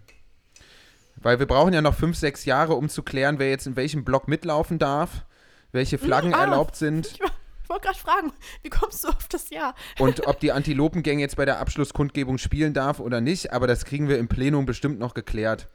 Weil wir brauchen ja noch fünf, sechs Jahre, um zu klären, wer jetzt in welchem Block mitlaufen darf, welche Flaggen ah. erlaubt sind Ich, ich wollte gerade fragen, wie kommst du auf das Jahr? und ob die Antilopengang jetzt bei der Abschlusskundgebung spielen darf oder nicht. Aber das kriegen wir im Plenum bestimmt noch geklärt.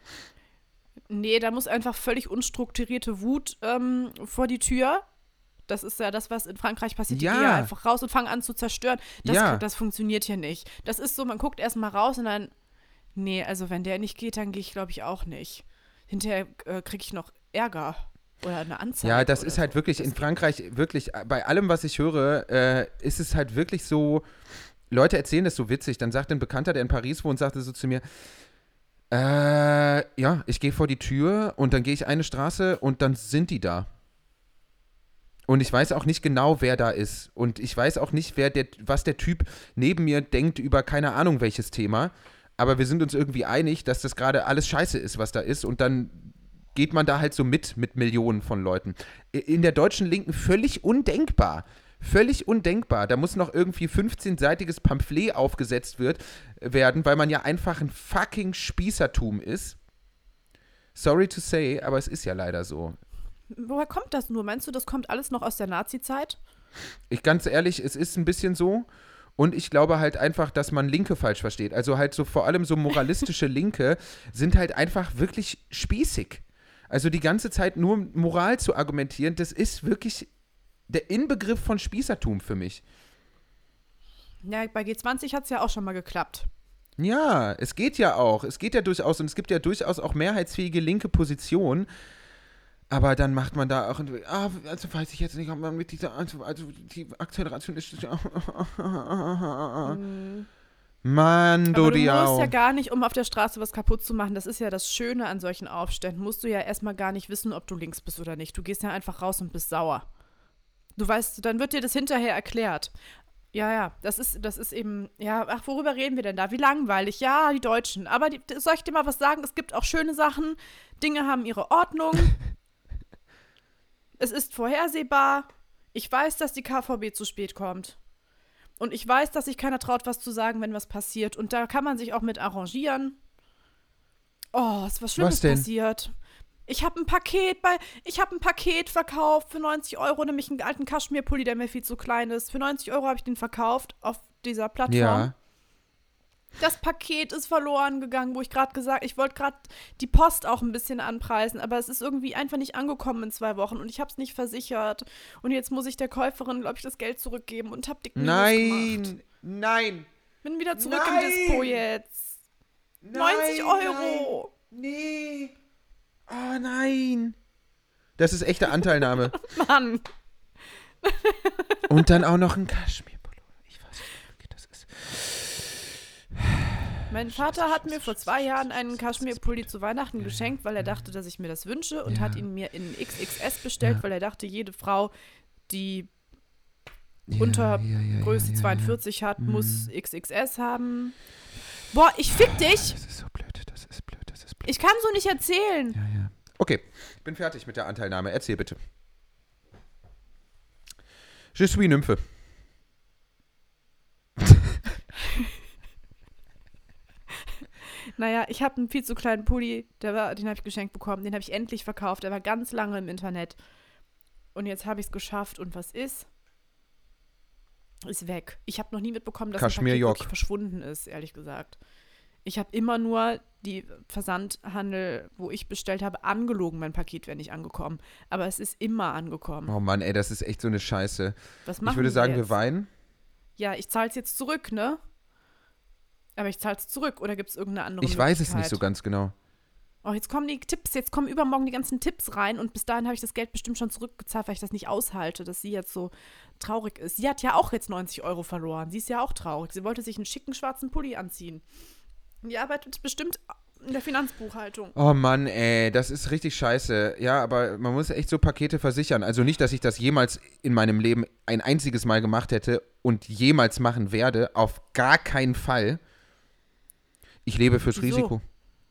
Nee, da muss einfach völlig unstrukturierte Wut ähm, vor die Tür. Das ist ja das, was in Frankreich passiert. Die Ja. gehen ja einfach raus und fangen an zu zerstören. Das, Ja. das funktioniert hier nicht. Das ist so, man guckt erst mal raus und dann, nee, also wenn der nicht geht, dann gehe ich, glaube ich, auch nicht. Hinterher äh, kriege ich noch Ärger oder eine Anzeige. Ja, das oder ist halt so. wirklich Das in geht Frankreich wirklich, äh, bei allem, was ich höre, äh, ist es halt wirklich so, Leute erzählen das so witzig. Dann sagt ein Bekannter, der in Paris wohnt, sagte so zu mir, äh, ja, ich gehe vor die Tür und dann gehe ich eine Straße und dann sind die da. Und ich weiß auch nicht genau, wer da ist. Und ich weiß auch nicht, wer der, was der Typ neben mir denkt über keine Ahnung welches Thema. aber wir sind uns irgendwie einig, dass das gerade alles scheiße ist, was da ist und dann geht man da halt so mit, mit Millionen von Leuten. In der deutschen Linken völlig undenkbar. Völlig undenkbar. Da muss noch irgendwie fünfzehnseitiges Pamphlet aufgesetzt wird, werden, weil man ja einfach ein fucking Spießertum ist. Sorry to say, aber es ist ja leider so. Woher kommt das nur? Meinst du, das kommt alles noch aus der Nazi-Zeit? Ich ganz ehrlich, es ist ein bisschen so. Und ich glaube halt einfach, dass man Linke falsch versteht. Also halt so vor allem so moralistische Linke sind halt einfach wirklich spießig. Also die ganze Zeit nur Moral zu argumentieren, das ist wirklich der Inbegriff von Spießertum für mich. Ja, bei G zwanzig hat es ja auch schon mal geklappt. Ja, es geht ja auch. Es geht ja durchaus und es gibt ja durchaus auch mehrheitsfähige linke Positionen. Aber dann macht man da auch, ah, also weiß ich jetzt nicht, ob man mit dieser, also die Akzeleration ist, Mhm. Mann, du Aber du die musst Au. ja gar nicht, um auf der Straße was kaputt zu machen, das ist ja das Schöne an solchen Aufständen, musst du ja erstmal gar nicht wissen, ob du links bist oder nicht. Du gehst ja einfach raus und bist sauer. Du weißt, dann wird dir das hinterher erklärt. Ja, ja, das ist, das ist eben, ja, ach, worüber reden wir denn da? Wie langweilig. Ja, die Deutschen. Aber die, soll ich dir mal was sagen? Es gibt auch schöne Sachen. Dinge haben ihre Ordnung. Es ist vorhersehbar. Ich weiß, dass die K V B zu spät kommt. Und ich weiß, dass sich keiner traut, was zu sagen, wenn was passiert. Und da kann man sich auch mit arrangieren. Oh, ist was Schlimmes Was denn? passiert. Ich habe ein Paket bei, ich habe ein Paket verkauft für neunzig Euro, nämlich einen alten Kaschmirpulli, der mir viel zu klein ist. Für neunzig Euro habe ich den verkauft auf dieser Plattform. Ja. Das Paket ist verloren gegangen, wo ich gerade gesagt, ich wollte gerade die Post auch ein bisschen anpreisen, aber es ist irgendwie einfach nicht angekommen in zwei Wochen und ich habe es nicht versichert. Und jetzt muss ich der Käuferin, glaube ich, das Geld zurückgeben und habe dicken Minus gemacht. Nein, nein, Bin wieder zurück Nein. im Dispo jetzt. nein. neunzig Euro. Nein, nee. Oh nein. Das ist echte Anteilnahme. Mann. Und dann auch noch ein Kaschmirpullover. Ich weiß nicht, wie das ist. Mein Vater hat mir vor zwei Jahren einen Kaschmirpulli zu Weihnachten geschenkt, weil er dachte, dass ich mir das wünsche und Ja. hat ihn mir in X X S bestellt, Ja. weil er dachte, jede Frau, die Ja, unter ja, ja, Größe ja, ja, zweiundvierzig hat, Mhm. muss X X S haben. Boah, ich fick dich! Das ist so blöd, das ist blöd, das ist blöd. Ich kann so nicht erzählen. Ja, ja. Okay, bin fertig mit der Anteilnahme. Erzähl bitte. Je suis Nymphe. Naja, ich habe einen viel zu kleinen Pulli, der war, den habe ich geschenkt bekommen, den habe ich endlich verkauft. Der war ganz lange im Internet. Und jetzt habe ich es geschafft. Und was ist? Ist weg. Ich habe noch nie mitbekommen, dass ein Kaschmir Paket York. wirklich verschwunden ist, ehrlich gesagt. Ich habe immer nur die Versandhandel, wo ich bestellt habe, angelogen, mein Paket wäre nicht angekommen. Aber es ist immer angekommen. Oh Mann, ey, das ist echt so eine Scheiße. Was machen Ich würde sagen, wir wir jetzt? weinen. Ja, ich zahle es jetzt zurück, ne? Aber ich zahle es zurück. Oder gibt es irgendeine andere Ich weiß es Möglichkeit? nicht so ganz genau. Oh, jetzt kommen die Tipps, jetzt kommen übermorgen die ganzen Tipps rein und bis dahin habe ich das Geld bestimmt schon zurückgezahlt, weil ich das nicht aushalte, dass sie jetzt so traurig ist. Sie hat ja auch jetzt neunzig Euro verloren. Sie ist ja auch traurig. Sie wollte sich einen schicken schwarzen Pulli anziehen. Und die arbeitet bestimmt in der Finanzbuchhaltung. Oh Mann, ey, das ist richtig scheiße. Ja, aber man muss echt so Pakete versichern. Also nicht, dass ich das jemals in meinem Leben ein einziges Mal gemacht hätte und jemals machen werde. Auf gar keinen Fall. Ich lebe fürs Wieso? Risiko.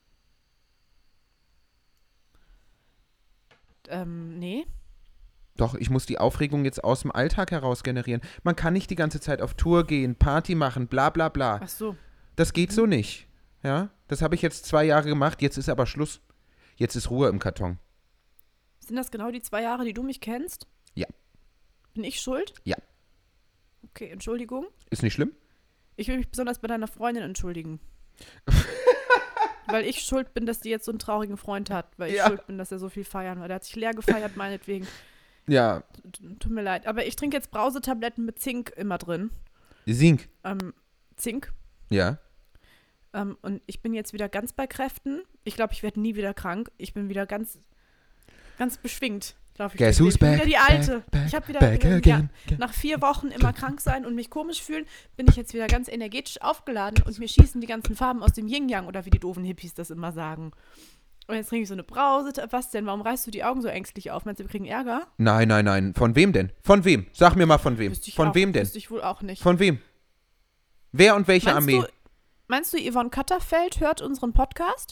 Ähm, nee. Doch, ich muss die Aufregung jetzt aus dem Alltag heraus generieren. Man kann nicht die ganze Zeit auf Tour gehen, Party machen, bla bla bla. Ach so. Das geht so nicht. Ja, das habe ich jetzt zwei Jahre gemacht, jetzt ist aber Schluss. Jetzt ist Ruhe im Karton. Sind das genau die zwei Jahre, die du mich kennst? Ja. Bin ich schuld? Ja. Okay, Entschuldigung. Ist nicht schlimm? Ich will mich besonders bei deiner Freundin entschuldigen. Weil ich schuld bin, dass die jetzt so einen traurigen Freund hat. Weil ich Ja. schuld bin, dass er so viel feiern war. Der hat sich leer gefeiert, meinetwegen. Ja, T- Tut mir leid. Aber ich trinke jetzt Brausetabletten mit Zink immer drin. Sink. Ähm, Zink. Ja. Ähm, und ich bin jetzt wieder ganz bei Kräften. Ich glaube, ich werde nie wieder krank. Ich bin wieder ganz, ganz beschwingt. Glaub ich, Guess durch- who's ich bin back, wieder die Alte. back, back, ich habe wieder, back wieder again. ja, nach vier Wochen immer krank sein und mich komisch fühlen, bin ich jetzt wieder ganz energetisch aufgeladen und mir schießen die ganzen Farben aus dem Yin-Yang oder wie die doofen Hippies das immer sagen. Und jetzt trinke ich so eine Brause. Was denn? Warum reißt du die Augen so ängstlich auf? Meinst du, wir kriegen Ärger? Nein, nein, nein. Von wem denn? Von wem? Sag mir mal von wem. Wüsste ich Von auch, wem denn? Wüsste ich wohl auch nicht. Von wem? Wer und welche Meinst Armee? Du, Meinst du, Yvonne Katterfeld hört unseren Podcast?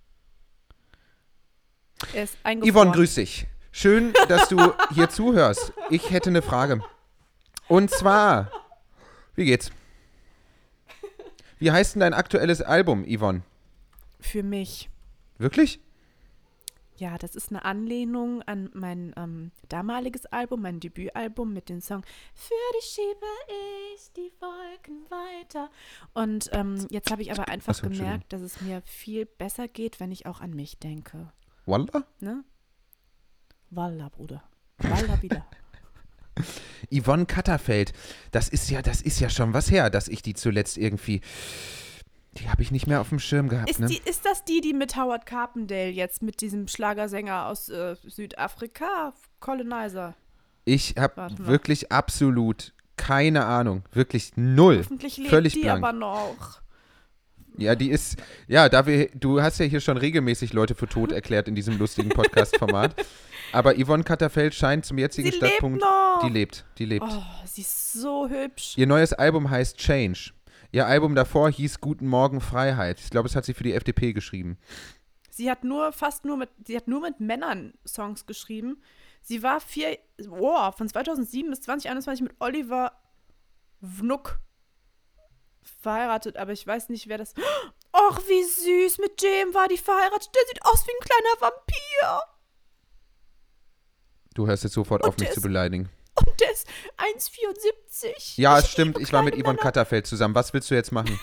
Er ist eingefroren. Yvonne, grüß dich. Schön, dass du hier zuhörst. Ich hätte eine Frage. Und zwar, wie geht's? Wie heißt denn dein aktuelles Album, Yvonne? Für mich. Wirklich? Ja, das ist eine Anlehnung an mein ähm, damaliges Album, mein Debütalbum mit dem Song Für dich schiebe ich die Wolken weiter. Und ähm, jetzt habe ich aber einfach Ach so, gemerkt, dass es mir viel besser geht, wenn ich auch an mich denke. Wallah? Ne? Wallah, Bruder. Wallah wieder. Yvonne Katterfeld, das ist ja, das ist ja schon was her, dass ich die zuletzt irgendwie, die habe ich nicht mehr auf dem Schirm gehabt, Ist, ne? die, ist das die, die mit Howard Carpendale jetzt, mit diesem Schlagersänger aus äh, Südafrika, Colonizer? Ich habe Warte mal. wirklich absolut keine Ahnung, wirklich null, Hoffentlich lebt völlig die blank. aber noch. Ja, die ist, ja, da wir, du hast ja hier schon regelmäßig Leute für tot erklärt in diesem lustigen Podcast-Format. Aber Yvonne Katterfeld scheint zum jetzigen Sie Startpunkt, lebt noch. die lebt, die lebt. Oh, sie ist so hübsch. Ihr neues Album heißt Change. Ihr Album davor hieß Guten Morgen Freiheit. Ich glaube, es hat sie für die F D P geschrieben. Sie hat nur, fast nur mit, sie hat nur mit Männern Songs geschrieben. Sie war vier, oh, von zweitausendsieben bis zwanzig einundzwanzig mit Oliver Wnuck verheiratet, aber ich weiß nicht, wer das. Och, wie süß, mit dem war die verheiratet. Der sieht aus wie ein kleiner Vampir. Du hörst jetzt sofort Und auf, mich der zu ist- beleidigen. Und der ist eins Komma vierundsiebzig. Ja, es Ich stimmt, liebe ich war mit kleine Yvonne Männer. Katterfeld zusammen. Was willst du jetzt machen?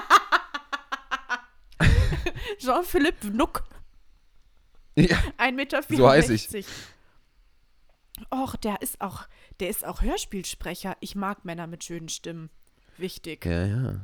Jean-Philippe Wnuck, Ja, ein Meter vierundsechzig. So heiß ich. Och, der ist auch, der ist auch Hörspielsprecher. Ich mag Männer mit schönen Stimmen. Wichtig. ja. ja.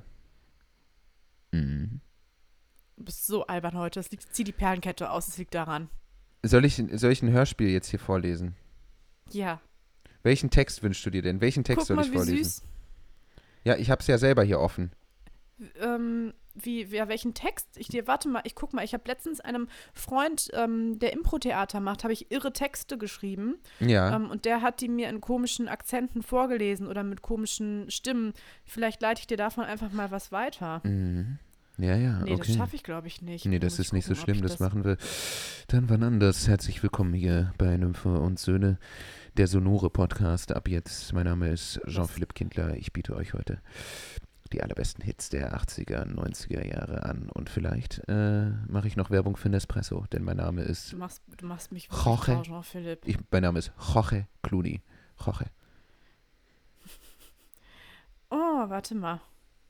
Mhm. Du bist so albern heute. Es liegt, zieh die Perlenkette aus, es liegt daran. Soll ich, soll ich ein Hörspiel jetzt hier vorlesen? Ja. Welchen Text wünschst du dir denn? Welchen Text Guck soll mal, ich wie vorlesen? süß. Ja, ich hab's ja selber hier offen. Ähm, wie, ja, welchen Text? Ich dir, warte mal, ich guck mal. Ich habe letztens einem Freund, ähm, der Impro-Theater macht, habe ich irre Texte geschrieben. Ja. Ähm, und der hat die mir in komischen Akzenten vorgelesen oder mit komischen Stimmen. Vielleicht leite ich dir davon einfach mal was weiter. Mhm. Ja, ja, Nee, okay. das schaffe ich, glaube ich, nicht. Nee, Muss das ich ist nicht so gucken, ob schlimm, ich das machen wir dann wann anders. Herzlich willkommen hier bei Nymphe und Söhne, der Sonore Podcast. Ab jetzt, mein Name ist Jean-Philippe Kindler. Ich biete euch heute die allerbesten Hits der achtziger, neunziger Jahre an. Und vielleicht äh, mache ich noch Werbung für Nespresso, denn mein Name ist, Du machst, du machst mich Jorge. wirklich traurig, Philipp. ich, mein Name ist Jorge Clooney. Jorge. Oh, warte mal.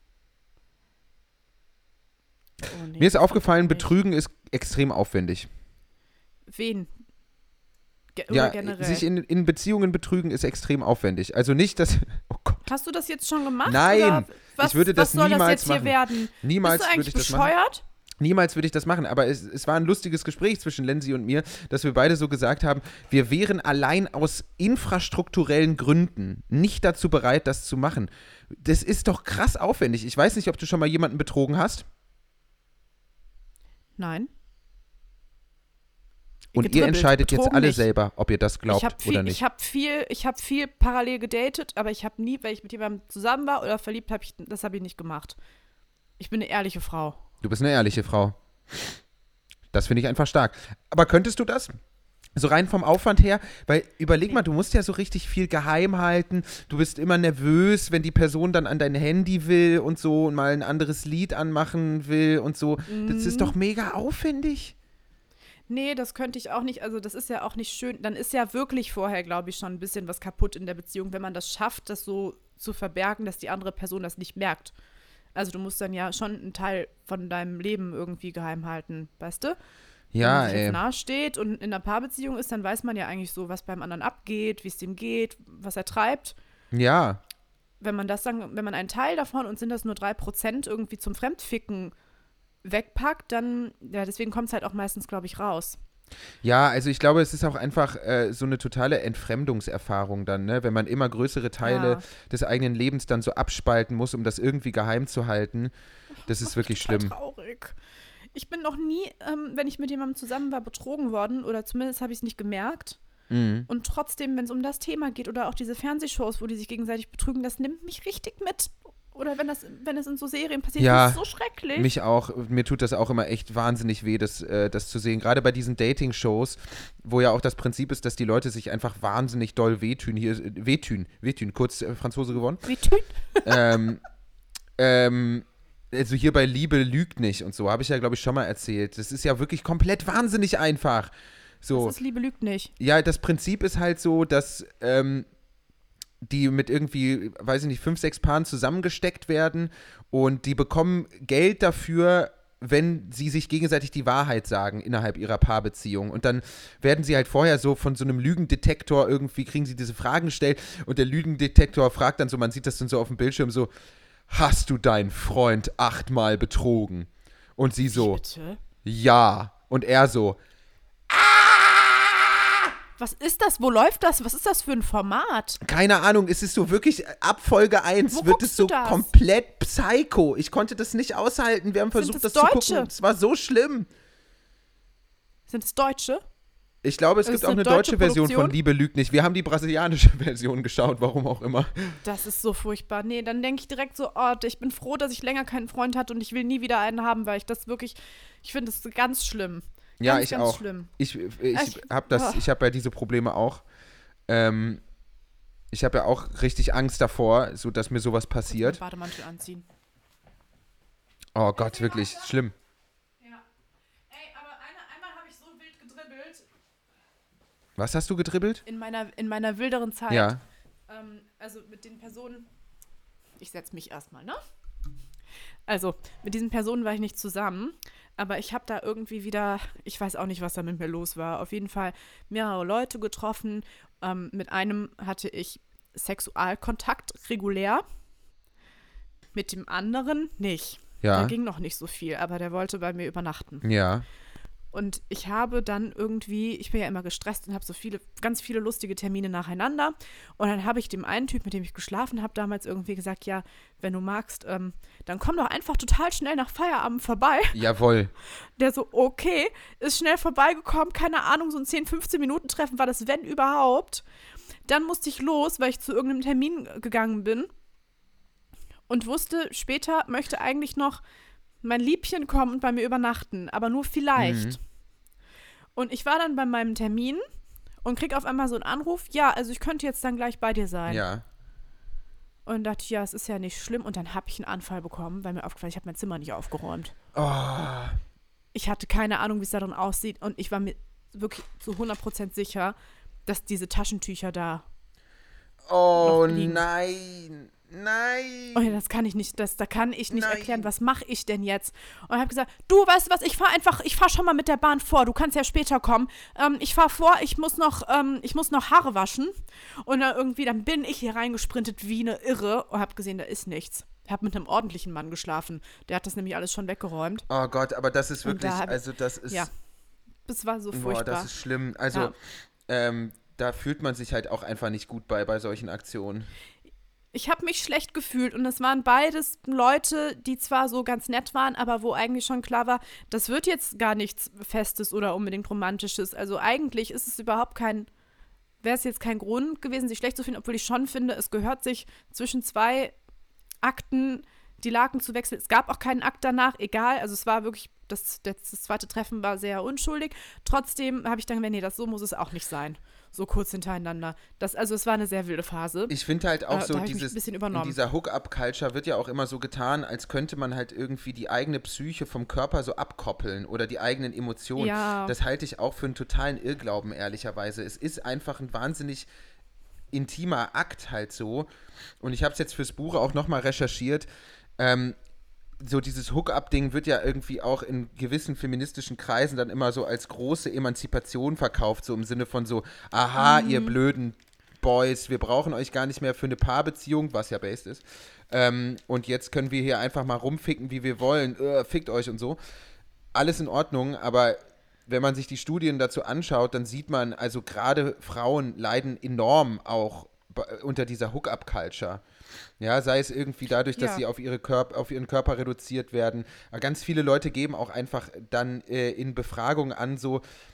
Oh, nee, Mir ist das aufgefallen, kommt nicht. Betrügen ist extrem aufwendig. Wen? Ge oder Ja, generell? sich in, in Beziehungen betrügen ist extrem aufwendig. Also nicht, dass, oh Gott, Hast du das jetzt schon gemacht? Nein, oder was, ich würde das was soll niemals das jetzt machen. hier werden? niemals Bist du würde eigentlich ich das machen. bescheuert? Niemals würde ich das machen, aber es, es war ein lustiges Gespräch zwischen Lenzi und mir, dass wir beide so gesagt haben, wir wären allein aus infrastrukturellen Gründen nicht dazu bereit, das zu machen. Das ist doch krass aufwendig. Ich weiß nicht, ob du schon mal jemanden betrogen hast. Nein. Und ihr Getribbelt, entscheidet jetzt betrogen alle nicht. selber, ob ihr das glaubt ich habe viel, oder nicht. ich habe viel, ich habe viel parallel gedatet, aber ich habe nie, weil ich mit jemandem zusammen war oder verliebt habe, ich, das habe ich nicht gemacht. Ich bin eine ehrliche Frau. Du bist eine ehrliche Frau. Das finde ich einfach stark. Aber könntest du das? So rein vom Aufwand her, weil überleg mal, du musst ja so richtig viel geheim halten. Du bist immer nervös, wenn die Person dann an dein Handy will und so und mal ein anderes Lied anmachen will und so. Das ist doch mega aufwendig. Nee, das könnte ich auch nicht. Also das ist ja auch nicht schön. Dann ist ja wirklich vorher, glaube ich, schon ein bisschen was kaputt in der Beziehung, wenn man das schafft, das so zu verbergen, dass die andere Person das nicht merkt. Also du musst dann ja schon einen Teil von deinem Leben irgendwie geheim halten, weißt du? Wenn Ja, man sich ey. jetzt nahe steht und in einer Paarbeziehung ist, dann weiß man ja eigentlich so, was beim anderen abgeht, wie es dem geht, was er treibt. Ja. Wenn man das dann, wenn man einen Teil davon, und sind das nur drei Prozent, irgendwie zum Fremdficken wegpackt, dann, ja, deswegen kommt es halt auch meistens, glaube ich, raus. Ja, also ich glaube, es ist auch einfach äh, so eine totale Entfremdungserfahrung dann, ne? Wenn man immer größere Teile Ja. des eigenen Lebens dann so abspalten muss, um das irgendwie geheim zu halten. Das ist wirklich Total schlimm. traurig. Ich bin noch nie, ähm, wenn ich mit jemandem zusammen war, betrogen worden, oder zumindest habe ich es nicht gemerkt. Mhm. Und trotzdem, wenn es um das Thema geht oder auch diese Fernsehshows, wo die sich gegenseitig betrügen, das nimmt mich richtig mit. Oder wenn das, wenn es in so Serien passiert, Ja, das ist so schrecklich. Mich auch. Mir tut das auch immer echt wahnsinnig weh, das, äh, das zu sehen. Gerade bei diesen Dating-Shows, wo ja auch das Prinzip ist, dass die Leute sich einfach wahnsinnig doll wehtun. Hier ist, äh, wehtun, wehtun, kurz äh, Franzose gewonnen. Wehtun? ähm, ähm, also hier bei Liebe lügt nicht und so, habe ich ja, glaube ich, schon mal erzählt. Das ist ja wirklich komplett wahnsinnig einfach. So. Das ist Liebe lügt nicht. Ja, das Prinzip ist halt so, dass ähm, die mit irgendwie, weiß ich nicht, fünf, sechs Paaren zusammengesteckt werden und die bekommen Geld dafür, wenn sie sich gegenseitig die Wahrheit sagen innerhalb ihrer Paarbeziehung. Und dann werden sie halt vorher so von so einem Lügendetektor irgendwie, kriegen sie diese Fragen gestellt und der Lügendetektor fragt dann so, man sieht das dann so auf dem Bildschirm so, hast du deinen Freund achtmal betrogen? Und sie so, Bitte? ja. Und er so, Was ist das? Wo läuft das? Was ist das für ein Format? keine Ahnung, es ist so wirklich, ab Folge eins Wo wird guckst es so du das? komplett psycho. Ich konnte das nicht aushalten. Wir haben Sind versucht, das das, zu Deutsche? gucken. Es war so schlimm. Sind es Deutsche? Ich glaube, es Ist gibt es auch eine eine deutsche deutsche Version von Produktion? Liebe lügt nicht. Wir haben die brasilianische Version geschaut, warum auch immer. Das ist so furchtbar. Nee, dann denke ich direkt so, oh, ich bin froh, dass ich länger keinen Freund hatte und ich will nie wieder einen haben, weil ich das wirklich, ich finde das ganz schlimm. Ja, ganz, ich ganz auch. schlimm. Ich, ich, Ich- habe das, oh. ich habe ja diese Probleme auch. Ähm, ich habe ja auch richtig Angst davor, so dass mir sowas Kurz meinen passiert. Bademantel anziehen. Oh Gott, wirklich schlimm. Ja. Ey, aber eine, einmal habe ich so wild gedribbelt Was hast du gedribbelt? in meiner, in meiner wilderen Zeit. Ja. Ähm, also mit den Personen, ich setze mich erstmal, ne? Also, mit diesen Personen war ich nicht zusammen, aber ich habe da irgendwie wieder, ich weiß auch nicht, was da mit mir los war, auf jeden Fall mehrere Leute getroffen. Ähm, mit einem hatte ich Sexualkontakt regulär, mit dem anderen nicht. Da Ja. ging noch nicht so viel, aber der wollte bei mir übernachten. Ja. Und ich habe dann irgendwie, ich bin ja immer gestresst und habe so viele, ganz viele lustige Termine nacheinander. Und dann habe ich dem einen Typ, mit dem ich geschlafen habe, damals irgendwie gesagt, ja, wenn du magst, ähm, dann komm doch einfach total schnell nach Feierabend vorbei. Jawohl. Der so, okay, ist schnell vorbeigekommen, keine Ahnung, so ein zehn, fünfzehn Minuten Treffen war das, wenn überhaupt. Dann musste ich los, weil ich zu irgendeinem Termin gegangen bin und wusste, später möchte eigentlich noch mein Liebchen kommen und bei mir übernachten, aber nur vielleicht. Mhm. Und ich war dann bei meinem Termin und krieg auf einmal so einen Anruf, ja, also ich könnte jetzt dann gleich bei dir sein. Ja. Und dachte, ja, es ist ja nicht schlimm. Und dann habe ich einen Anfall bekommen, weil mir aufgefallen ist, ich habe mein Zimmer nicht aufgeräumt. Oh. Ich hatte keine Ahnung, wie es da drin aussieht. Und ich war mir wirklich zu hundert Prozent sicher, dass diese Taschentücher da. Oh Noch liegen. nein. Nein. Oh ja, das kann ich nicht, das, da kann ich nicht Nein. erklären, was mache ich denn jetzt? Und habe gesagt, du, weißt du was, ich fahre einfach, ich fahre schon mal mit der Bahn vor, du kannst ja später kommen. Ähm, ich fahre vor, ich muss noch, ähm, ich muss noch Haare waschen. Und dann irgendwie, dann bin ich hier reingesprintet wie eine Irre und habe gesehen, da ist nichts. Ich habe mit einem ordentlichen Mann geschlafen. Der hat das nämlich alles schon weggeräumt. Oh Gott, aber das ist Und wirklich, da hab ich- also das ist, Ja, das war so boah, furchtbar. das ist schlimm. Also, Ja. ähm, da fühlt man sich halt auch einfach nicht gut bei, bei solchen Aktionen. Ich habe mich schlecht gefühlt und es waren beides Leute, die zwar so ganz nett waren, aber wo eigentlich schon klar war, das wird jetzt gar nichts Festes oder unbedingt Romantisches. Also eigentlich ist es überhaupt kein, wäre es jetzt kein Grund gewesen, sich schlecht zu finden, obwohl ich schon finde, es gehört sich zwischen zwei Akten die Laken zu wechseln. Es gab auch keinen Akt danach, egal. Also es war wirklich, das, das, das zweite Treffen war sehr unschuldig. Trotzdem habe ich dann gedacht, nee, das so muss es auch nicht sein. So kurz hintereinander. Das, also es war eine sehr wilde Phase. Ich finde halt auch Äh, so da hab ich mich dieses, ein bisschen in übernommen. dieser Hookup-Culture wird ja auch immer so getan, als könnte man halt irgendwie die eigene Psyche vom Körper so abkoppeln oder die eigenen Emotionen. Ja. Das halte ich auch für einen totalen Irrglauben, ehrlicherweise. Es ist einfach ein wahnsinnig intimer Akt halt so. Und ich habe es jetzt fürs Buch auch nochmal recherchiert. Ähm, so dieses Hook-up-Ding wird ja irgendwie auch in gewissen feministischen Kreisen dann immer so als große Emanzipation verkauft, so im Sinne von so, aha, Mhm. ihr blöden Boys, wir brauchen euch gar nicht mehr für eine Paarbeziehung, was ja based ist. Ähm, und jetzt können wir hier einfach mal rumficken, wie wir wollen. Äh, fickt euch und so. Alles in Ordnung, aber wenn man sich die Studien dazu anschaut, dann sieht man, also gerade Frauen leiden enorm auch be- unter dieser Hook-up-Culture. Ja, sei es irgendwie dadurch, dass Ja. sie auf, ihre Körp- auf ihren Körper reduziert werden. Aber ganz viele Leute geben auch einfach dann äh, in Befragungen an, so,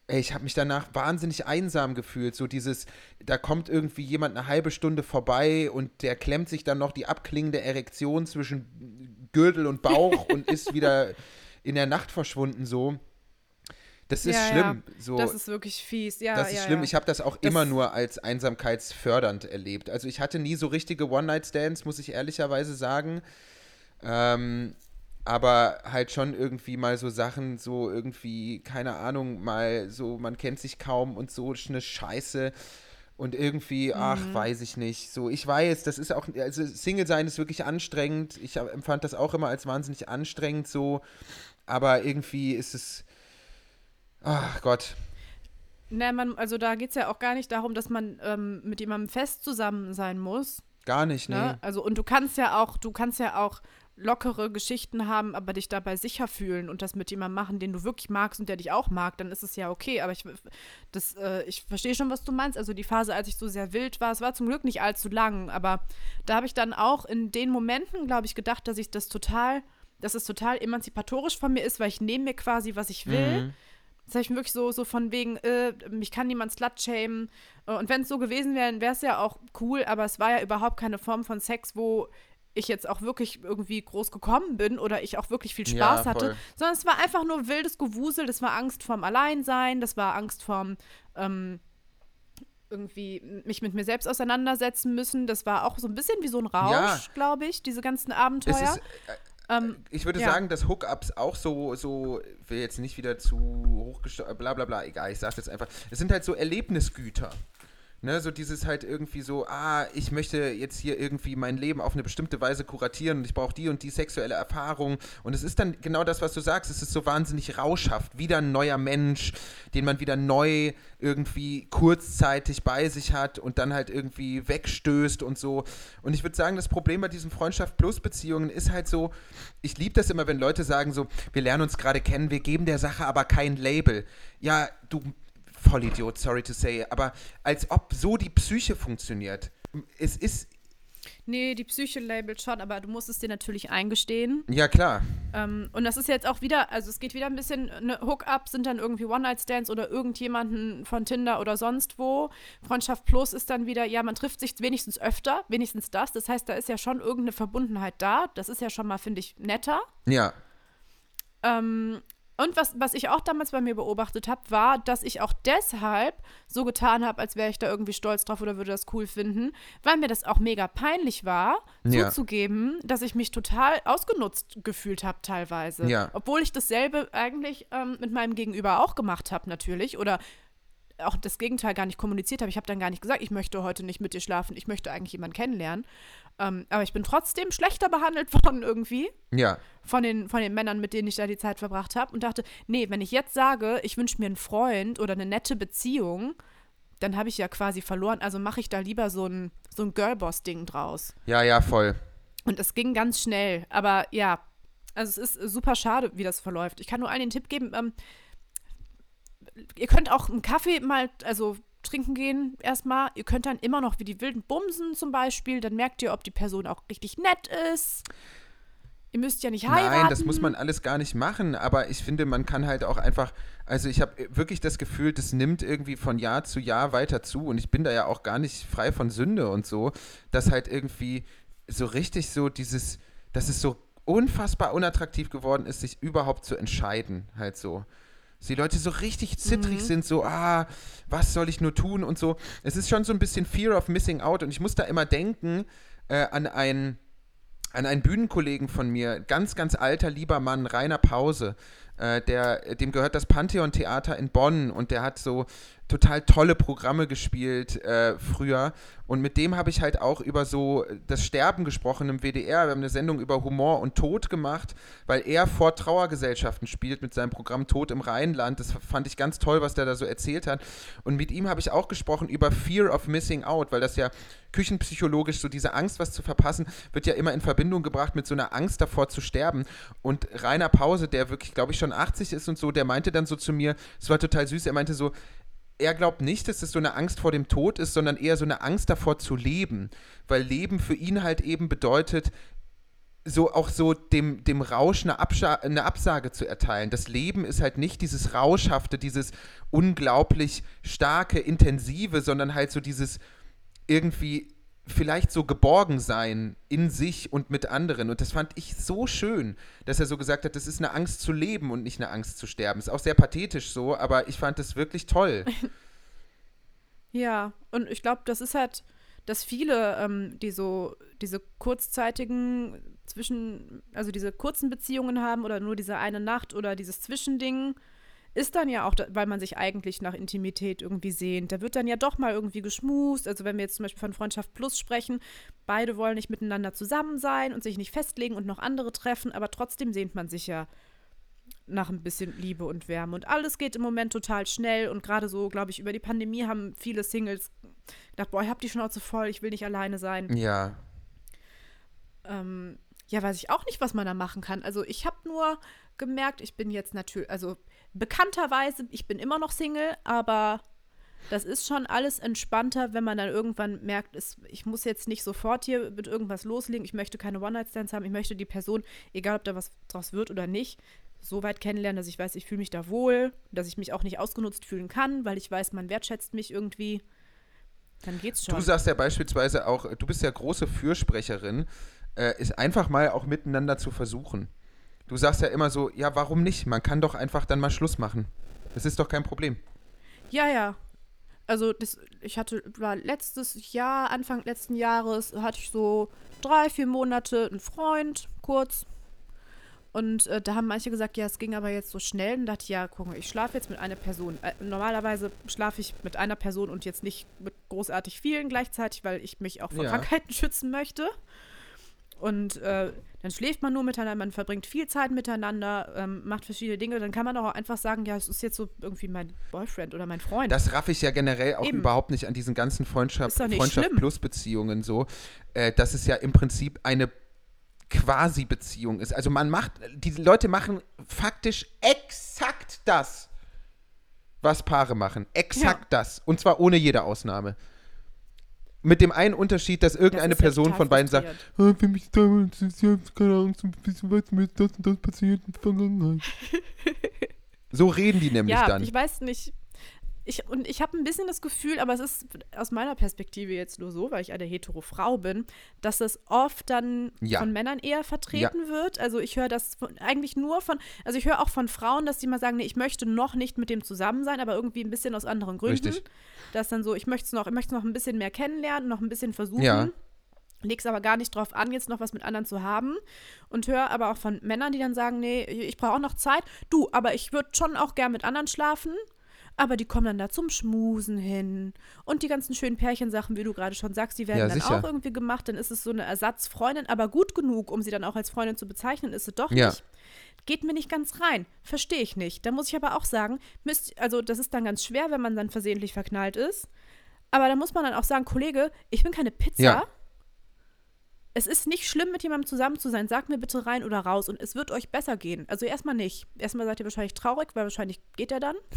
ey, ich habe mich danach wahnsinnig einsam gefühlt. So dieses, da kommt irgendwie jemand eine halbe Stunde vorbei und der klemmt sich dann noch die abklingende Erektion zwischen Gürtel und Bauch und ist wieder in der Nacht verschwunden so. Das ist ja, schlimm. Ja. So, das ist wirklich fies. Ja, das ist ja, schlimm. Ja. Ich habe das auch das immer nur als einsamkeitsfördernd erlebt. Also ich hatte nie so richtige One-Night-Stands, muss ich ehrlicherweise sagen. Ähm, aber halt schon irgendwie mal so Sachen, so irgendwie, keine Ahnung, mal so, man kennt sich kaum und so eine Scheiße. Und irgendwie, ach, Mhm. weiß ich nicht. So, ich weiß, das ist auch, also Single sein ist wirklich anstrengend. Ich hab- empfand das auch immer als wahnsinnig anstrengend so. Aber irgendwie ist es, ach Gott. Ne, man, also da geht es ja auch gar nicht darum, dass man ähm, mit jemandem fest zusammen sein muss. Gar nicht, nee. Ne? Also, und du kannst ja auch, du kannst ja auch lockere Geschichten haben, aber dich dabei sicher fühlen und das mit jemandem machen, den du wirklich magst und der dich auch mag, dann ist es ja okay. Aber ich, das, äh, ich verstehe schon, was du meinst. Also die Phase, als ich so sehr wild war, es war zum Glück nicht allzu lang, aber da habe ich dann auch in den Momenten, glaube ich, gedacht, dass ich das total, dass es total emanzipatorisch von mir ist, weil ich nehme mir quasi, was ich will. Mhm. Das habe ich mir wirklich so, so von wegen, äh, mich kann niemand slut-shamen. Und wenn es so gewesen wäre, wäre es ja auch cool, aber es war ja überhaupt keine Form von Sex, wo ich jetzt auch wirklich irgendwie groß gekommen bin oder ich auch wirklich viel Spaß Ja, hatte, voll. sondern es war einfach nur wildes Gewusel, das war Angst vorm Alleinsein, das war Angst vorm ähm, irgendwie mich mit mir selbst auseinandersetzen müssen, das war auch so ein bisschen wie so ein Rausch, Ja. glaube ich, diese ganzen Es Abenteuer. ist, ähm, ich würde ja. sagen, dass Hookups auch so, so, will jetzt nicht wieder zu hochgesteuert, bla bla bla, egal, ich sag's jetzt einfach. Es sind halt so Erlebnisgüter. Ne, so dieses halt irgendwie so, ah, ich möchte jetzt hier irgendwie mein Leben auf eine bestimmte Weise kuratieren und ich brauche die und die sexuelle Erfahrung. Und es ist dann genau das, was du sagst, es ist so wahnsinnig rauschhaft. Wieder ein neuer Mensch, den man wieder neu irgendwie kurzzeitig bei sich hat und dann halt irgendwie wegstößt und so. Und ich würde sagen, das Problem bei diesen Freundschaft-Plus-Beziehungen ist halt so, ich liebe das immer, wenn Leute sagen so, wir lernen uns gerade kennen, wir geben der Sache aber kein Label. Ja, du Vollidiot, sorry to say, aber als ob so die Psyche funktioniert. Es ist, Nee, die Psyche labelt schon, aber du musst es dir natürlich eingestehen. ja klar, Ähm, und das ist jetzt auch wieder, also es geht wieder ein bisschen, ne, Hookup sind dann irgendwie One-Night-Stands oder irgendjemanden von Tinder oder sonst wo. Freundschaft Plus ist dann wieder, ja, man trifft sich wenigstens öfter, wenigstens das. Das heißt, da ist ja schon irgendeine Verbundenheit da. Das ist ja schon mal, finde ich, netter. ja. Ähm, und was, was ich auch damals bei mir beobachtet habe, war, dass ich auch deshalb so getan habe, als wäre ich da irgendwie stolz drauf oder würde das cool finden, weil mir das auch mega peinlich war, Ja. zuzugeben, dass ich mich total ausgenutzt gefühlt habe teilweise. Ja. Obwohl ich dasselbe eigentlich ähm, mit meinem Gegenüber auch gemacht habe natürlich oder auch das Gegenteil gar nicht kommuniziert habe. Ich habe dann gar nicht gesagt, ich möchte heute nicht mit dir schlafen, ich möchte eigentlich jemanden kennenlernen. Ähm, aber ich bin trotzdem schlechter behandelt worden irgendwie Ja, von den, von den Männern, mit denen ich da die Zeit verbracht habe und dachte, nee, wenn ich jetzt sage, ich wünsche mir einen Freund oder eine nette Beziehung, dann habe ich ja quasi verloren. Also mache ich da lieber so ein, so ein Girlboss-Ding draus. ja, ja, voll. Und es ging ganz schnell. Aber ja, also es ist super schade, wie das verläuft. Ich kann nur allen den Tipp geben, ähm, ihr könnt auch einen Kaffee mal, also trinken gehen erstmal. Ihr könnt dann immer noch wie die wilden bumsen zum Beispiel. Dann merkt ihr, ob die Person auch richtig nett ist. Ihr müsst ja nicht heiraten. Nein, das muss man alles gar nicht machen, aber ich finde, man kann halt auch einfach, also ich habe wirklich das Gefühl, das nimmt irgendwie von Jahr zu Jahr weiter zu und ich bin da ja auch gar nicht frei von Sünde und so, dass halt irgendwie so richtig so dieses, dass es so unfassbar unattraktiv geworden ist, sich überhaupt zu entscheiden, halt so. Dass die Leute so richtig zittrig Mhm. sind, so, ah, was soll ich nur tun und so. Es ist schon so ein bisschen Fear of Missing Out und ich muss da immer denken äh, an einen an einen Bühnenkollegen von mir, ganz, ganz alter, lieber Mann, Rainer Pause, äh, der, dem gehört das Pantheon-Theater in Bonn und der hat so total tolle Programme gespielt äh, früher und mit dem habe ich halt auch über so das Sterben gesprochen im W D R. Wir haben eine Sendung über Humor und Tod gemacht, weil er vor Trauergesellschaften spielt mit seinem Programm Tod im Rheinland. Das fand ich ganz toll, was der da so erzählt hat. Und mit ihm habe ich auch gesprochen über Fear of Missing Out, weil das ja küchenpsychologisch so diese Angst, was zu verpassen, wird ja immer in Verbindung gebracht mit so einer Angst davor zu sterben. Und Rainer Pause, der wirklich, glaube ich, schon achtzig ist und so, der meinte dann so zu mir, es war total süß, er meinte so, er glaubt nicht, dass es so eine Angst vor dem Tod ist, sondern eher so eine Angst davor zu leben. Weil Leben für ihn halt eben bedeutet, so auch so dem, dem Rausch eine, Abscha- eine Absage zu erteilen. Das Leben ist halt nicht dieses Rauschhafte, dieses unglaublich starke, intensive, sondern halt so dieses irgendwie vielleicht so geborgen sein in sich und mit anderen. Und das fand ich so schön, dass er so gesagt hat, das ist eine Angst zu leben und nicht eine Angst zu sterben. Ist auch sehr pathetisch so, aber ich fand das wirklich toll. Ja, und ich glaube, das ist halt, dass viele, ähm, die so diese kurzzeitigen zwischen, also diese kurzen Beziehungen haben oder nur diese eine Nacht oder dieses Zwischending, ist dann ja auch, da, weil man sich eigentlich nach Intimität irgendwie sehnt. Da wird dann ja doch mal irgendwie geschmust. Also wenn wir jetzt zum Beispiel von Freundschaft Plus sprechen, beide wollen nicht miteinander zusammen sein und sich nicht festlegen und noch andere treffen, aber trotzdem sehnt man sich ja nach ein bisschen Liebe und Wärme. Und alles geht im Moment total schnell und gerade so, glaube ich, über die Pandemie haben viele Singles gedacht, boah, ich hab die Schnauze voll, ich will nicht alleine sein. Ja. Ähm, ja, weiß ich auch nicht, was man da machen kann. Also ich habe nur gemerkt, ich bin jetzt natürlich, also bekannterweise, ich bin immer noch Single, aber das ist schon alles entspannter, wenn man dann irgendwann merkt, es, ich muss jetzt nicht sofort hier mit irgendwas loslegen, ich möchte keine One-Night-Stands haben, ich möchte die Person, egal ob da was draus wird oder nicht, so weit kennenlernen, dass ich weiß, ich fühle mich da wohl, dass ich mich auch nicht ausgenutzt fühlen kann, weil ich weiß, man wertschätzt mich irgendwie, dann geht's schon. Du sagst ja beispielsweise auch, du bist ja große Fürsprecherin, äh, ist einfach mal auch miteinander zu versuchen. Du sagst ja immer so, ja, warum nicht? Man kann doch einfach dann mal Schluss machen. Das ist doch kein Problem. Ja, ja. Also das, ich hatte, war letztes Jahr, Anfang letzten Jahres, hatte ich so drei, vier Monate einen Freund, kurz. Und äh, da haben manche gesagt, ja, es ging aber jetzt so schnell. Und dachte ich, ja, guck mal, ich schlafe jetzt mit einer Person. Äh, normalerweise schlafe ich mit einer Person und jetzt nicht mit großartig vielen gleichzeitig, weil ich mich auch vor Ja. Krankheiten schützen möchte. Und äh, dann schläft man nur miteinander, man verbringt viel Zeit miteinander, ähm, macht verschiedene Dinge. Dann kann man auch einfach sagen, ja, es ist jetzt so irgendwie mein Boyfriend oder mein Freund. Das raff ich ja generell auch Eben. überhaupt nicht an diesen ganzen Freundschaft, Ist doch nicht Freundschaft schlimm. Plus Beziehungen so, äh, dass es ja im Prinzip eine Quasi-Beziehung ist. Also man macht, die Leute machen faktisch exakt das, was Paare machen. Exakt Ja. das. Und zwar ohne jede Ausnahme. Mit dem einen Unterschied, dass irgendeine Das ist ja Person total von beiden sagt, frustrierend. ah, für mich damals ist ja keine Angst, ein bisschen was mir ist das und das passiert in der Vergangenheit. So reden die nämlich Ja, dann. ich weiß nicht. Ich, und ich habe ein bisschen das Gefühl, aber es ist aus meiner Perspektive jetzt nur so, weil ich eine hetero Frau bin, dass es oft dann Ja. von Männern eher vertreten wird. Also ich höre das von, eigentlich nur von, also ich höre auch von Frauen, dass die mal sagen, nee, ich möchte noch nicht mit dem zusammen sein, aber irgendwie ein bisschen aus anderen Gründen. Richtig. Dass dann so, ich möchte es noch, ich möchte noch ein bisschen mehr kennenlernen, noch ein bisschen versuchen. Ja. Leg's aber gar nicht drauf an, jetzt noch was mit anderen zu haben. Und höre aber auch von Männern, die dann sagen, nee, ich brauche auch noch Zeit. Du, aber ich würde schon auch gern mit anderen schlafen. Aber die kommen dann da zum Schmusen hin. Und die ganzen schönen Pärchensachen, wie du gerade schon sagst, die werden Ja, dann sicher. auch irgendwie gemacht. Dann ist es so eine Ersatzfreundin, aber gut genug, um sie dann auch als Freundin zu bezeichnen, ist sie doch Ja. nicht. Geht mir nicht ganz rein. Verstehe ich nicht. Da muss ich aber auch sagen, müsst, also das ist dann ganz schwer, wenn man dann versehentlich verknallt ist. Aber da muss man dann auch sagen, Kollege, ich bin keine Pizza. Ja. Es ist nicht schlimm, mit jemandem zusammen zu sein. Sagt mir bitte rein oder raus und es wird euch besser gehen. Also erstmal nicht. Erstmal seid ihr wahrscheinlich traurig, weil wahrscheinlich geht er dann.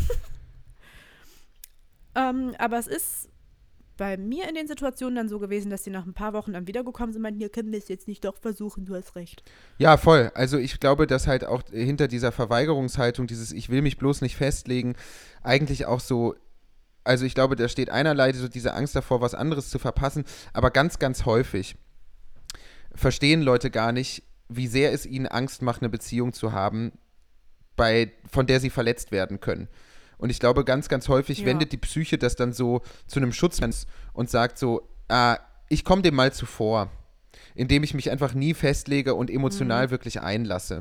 ähm, aber es ist bei mir in den Situationen dann so gewesen, dass sie nach ein paar Wochen dann wiedergekommen sind und meinten, hier können wir es jetzt nicht doch versuchen, du hast recht. Ja, voll. Also ich glaube, dass halt auch hinter dieser Verweigerungshaltung, dieses ich will mich bloß nicht festlegen, eigentlich auch so, also ich glaube, da steht einerlei so diese Angst davor, was anderes zu verpassen, aber ganz, ganz häufig verstehen Leute gar nicht, wie sehr es ihnen Angst macht, eine Beziehung zu haben, bei, von der sie verletzt werden können. Und ich glaube, ganz, ganz häufig Ja. wendet die Psyche das dann so zu einem Schutz und sagt so, ah, ich komme dem mal zuvor, indem ich mich einfach nie festlege und emotional Mhm. wirklich einlasse.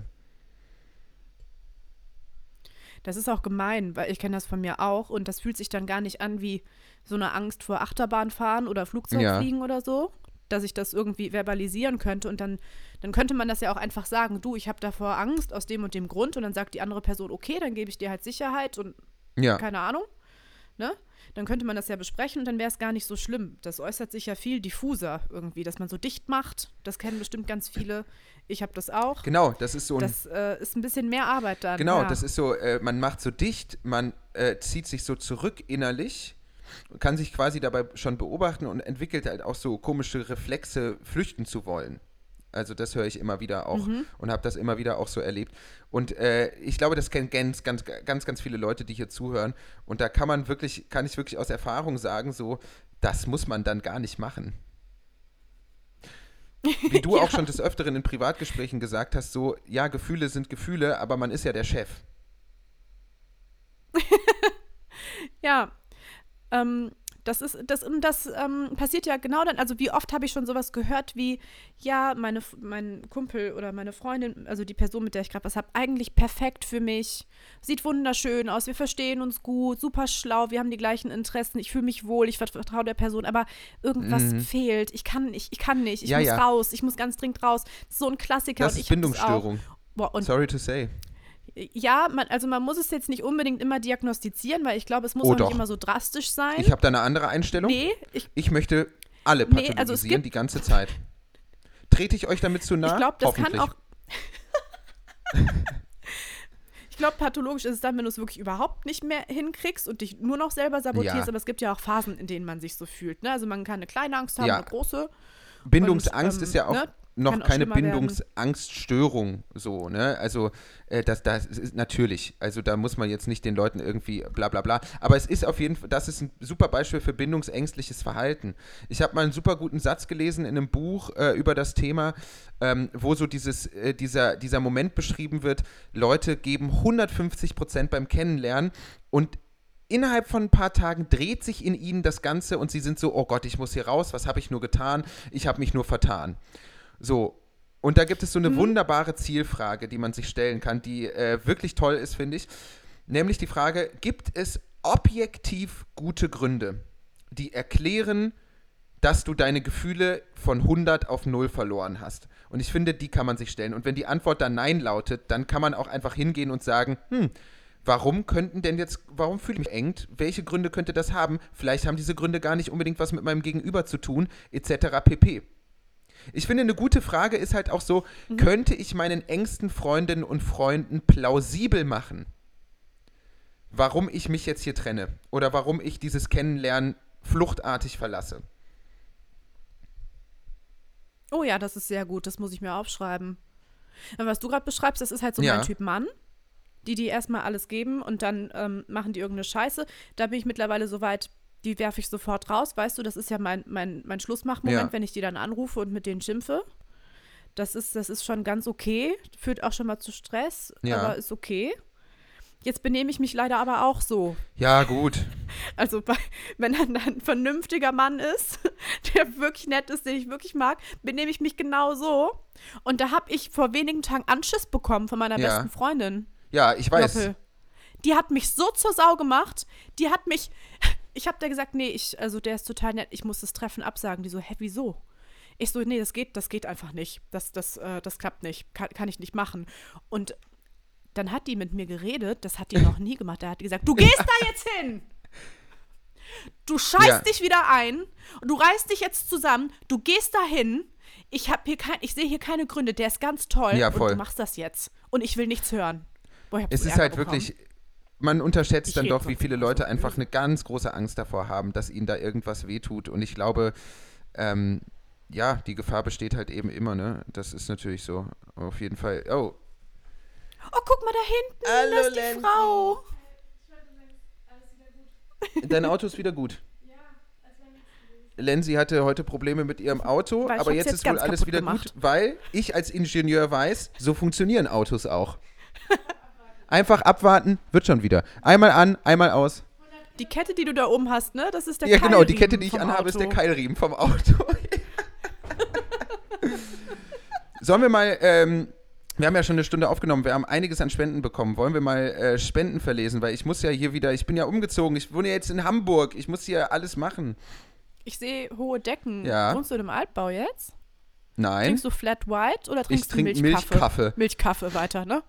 Das ist auch gemein, weil ich kenne das von mir auch und das fühlt sich dann gar nicht an wie so eine Angst vor Achterbahnfahren oder Flugzeugfliegen oder so, dass ich das irgendwie verbalisieren könnte und dann, dann könnte man das ja auch einfach sagen, du, ich habe davor Angst aus dem und dem Grund und dann sagt die andere Person, okay, dann gebe ich dir halt Sicherheit und Ja, keine Ahnung, ne? Dann könnte man das ja besprechen und dann wäre es gar nicht so schlimm. Das äußert sich ja viel diffuser irgendwie, dass man so dicht macht. Das kennen bestimmt ganz viele. Ich habe das auch. genau, das ist so ein, Das äh, ist ein bisschen mehr Arbeit dann. genau, ja. das ist so, äh, man macht so dicht, man äh, zieht sich so zurück innerlich, kann sich quasi dabei schon beobachten und entwickelt halt auch so komische Reflexe, flüchten zu wollen. Also das höre ich immer wieder auch Mhm. und habe das immer wieder auch so erlebt. Und äh, ich glaube, das kennen ganz, ganz, ganz, ganz viele Leute, die hier zuhören. Und da kann man wirklich, kann ich wirklich aus Erfahrung sagen, so, das muss man dann gar nicht machen. Wie du Ja. auch schon des Öfteren in Privatgesprächen gesagt hast, so, ja, Gefühle sind Gefühle, aber man ist ja der Chef. Ja, ähm, das ist, das, das ähm, passiert ja genau dann, also wie oft habe ich schon sowas gehört wie, ja, meine, F- mein Kumpel oder meine Freundin, also die Person, mit der ich gerade was habe, eigentlich perfekt für mich, sieht wunderschön aus, wir verstehen uns gut, super schlau, wir haben die gleichen Interessen, ich fühle mich wohl, ich vertraue der Person, aber irgendwas Mhm. fehlt, ich kann nicht, ich kann nicht, ich Ja, muss ja. raus, ich muss ganz dringend raus, das ist so ein Klassiker Das und ist ich habe das auch. Bindungsstörung. Boah, und Sorry to say. ja, man, also man muss es jetzt nicht unbedingt immer diagnostizieren, weil ich glaube, es muss Oh, auch doch. nicht immer so drastisch sein. Ich habe da eine andere Einstellung. Nee, ich, Ich möchte alle Nee, pathologisieren, also es gibt- die ganze Zeit. Trete ich euch damit zu nahe? ich glaube, das kann Hoffentlich. auch. Ich glaube, pathologisch ist es dann, wenn du es wirklich überhaupt nicht mehr hinkriegst und dich nur noch selber sabotierst. Ja. Aber es gibt ja auch Phasen, in denen man sich so fühlt. Ne? Also man kann eine kleine Angst haben, Ja. eine große. Bindungsangst Und, ähm, ist ja auch ne, noch kann auch keine schlimmer werden. Bindungsangststörung so, ne? Also äh, das, das ist natürlich, also da muss man jetzt nicht den Leuten irgendwie bla bla bla, aber es ist auf jeden Fall, das ist ein super Beispiel für bindungsängstliches Verhalten. Ich habe mal einen super guten Satz gelesen in einem Buch äh, über das Thema, ähm, wo so dieses, äh, dieser, dieser Moment beschrieben wird, Leute geben hundertfünfzig Prozent beim Kennenlernen und innerhalb von ein paar Tagen dreht sich in ihnen das Ganze und sie sind so, oh Gott, ich muss hier raus, was habe ich nur getan? Ich habe mich nur vertan. So, und da gibt es so eine Mhm. wunderbare Zielfrage, die man sich stellen kann, die äh, wirklich toll ist, finde ich. Nämlich die Frage, gibt es objektiv gute Gründe, die erklären, dass du deine Gefühle von hundert auf null verloren hast? Und ich finde, die kann man sich stellen. Und wenn die Antwort dann Nein lautet, dann kann man auch einfach hingehen und sagen, hm, warum könnten denn jetzt, warum fühle ich mich engt? Welche Gründe könnte das haben? Vielleicht haben diese Gründe gar nicht unbedingt was mit meinem Gegenüber zu tun, et cetera pp. Ich finde, eine gute Frage ist halt auch so, Mhm. könnte ich meinen engsten Freundinnen und Freunden plausibel machen, warum ich mich jetzt hier trenne oder warum ich dieses Kennenlernen fluchtartig verlasse? Oh ja, das ist sehr gut. Das muss ich mir aufschreiben. Und was du gerade beschreibst, das ist halt so Ja. mein Typ Mann, die die erstmal alles geben und dann ähm, machen die irgendeine Scheiße. Da bin ich mittlerweile so weit, die werfe ich sofort raus. Weißt du, das ist ja mein, mein, mein Schlussmachmoment, Ja. wenn ich die dann anrufe und mit denen schimpfe. Das ist, das ist schon ganz okay. Führt auch schon mal zu Stress, Ja. aber ist okay. Jetzt benehme ich mich leider aber auch so. Ja, gut. Also bei, wenn dann ein vernünftiger Mann ist, der wirklich nett ist, den ich wirklich mag, benehme ich mich genau so. Und da habe ich vor wenigen Tagen Anschiss bekommen von meiner Ja. besten Freundin. Ja, ich weiß. Joppel. Die hat mich so zur Sau gemacht. Die hat mich, ich habe der gesagt, nee, ich, also der ist total nett, ich muss das Treffen absagen. Die so, hä, wieso? Ich so, nee, das geht, das geht einfach nicht. Das, das, äh, das klappt nicht. Kann, kann ich nicht machen. Und dann hat die mit mir geredet, das hat die noch nie gemacht. Da hat die gesagt, du gehst da jetzt hin. Du scheißt Ja. dich wieder ein. Du reißt dich jetzt zusammen. Du gehst da hin. Ich, hab hier kein, ich sehe hier keine Gründe. Der ist ganz toll. Ja, Und voll. du machst das jetzt. Und ich will nichts hören. Boah, ich hab Es so ist Ärger halt bekommen. wirklich, man unterschätzt Ich dann rede doch, wie sonst viele immer so Leute einfach böse. eine ganz große Angst davor haben, dass ihnen da irgendwas wehtut. Und ich glaube, ähm, ja, die Gefahr besteht halt eben immer, ne? Das ist natürlich so. Auf jeden Fall. Oh. Oh, guck mal da hinten. Hallo, da ist die Lenzi. Frau. Dein Auto ist wieder gut. Lenzi hatte heute Probleme mit ihrem Auto, Weil ich aber hab's jetzt jetzt ist wohl ganz alles kaputt wieder gemacht. gut, weil ich als Ingenieur weiß, so funktionieren Autos auch. Einfach abwarten, wird schon wieder. Einmal an, einmal aus. Die Kette, die du da oben hast, ne? Das ist der Ja, genau, die Keilriemen Kette, die ich vom anhabe, ist der Auto. Keilriemen vom Auto. Sollen wir mal, ähm, wir haben ja schon eine Stunde aufgenommen, wir haben einiges an Spenden bekommen. Wollen wir mal äh, Spenden verlesen? Weil ich muss ja hier wieder, ich bin ja umgezogen, ich wohne ja jetzt in Hamburg, ich muss hier alles machen. Ich sehe hohe Decken. Ja. Wohnst du in einem Altbau jetzt? Nein, Trinkst du Flat White oder trinkst ich trinke du Milchkaffee? Milchkaffee. Milchkaffee weiter, ne?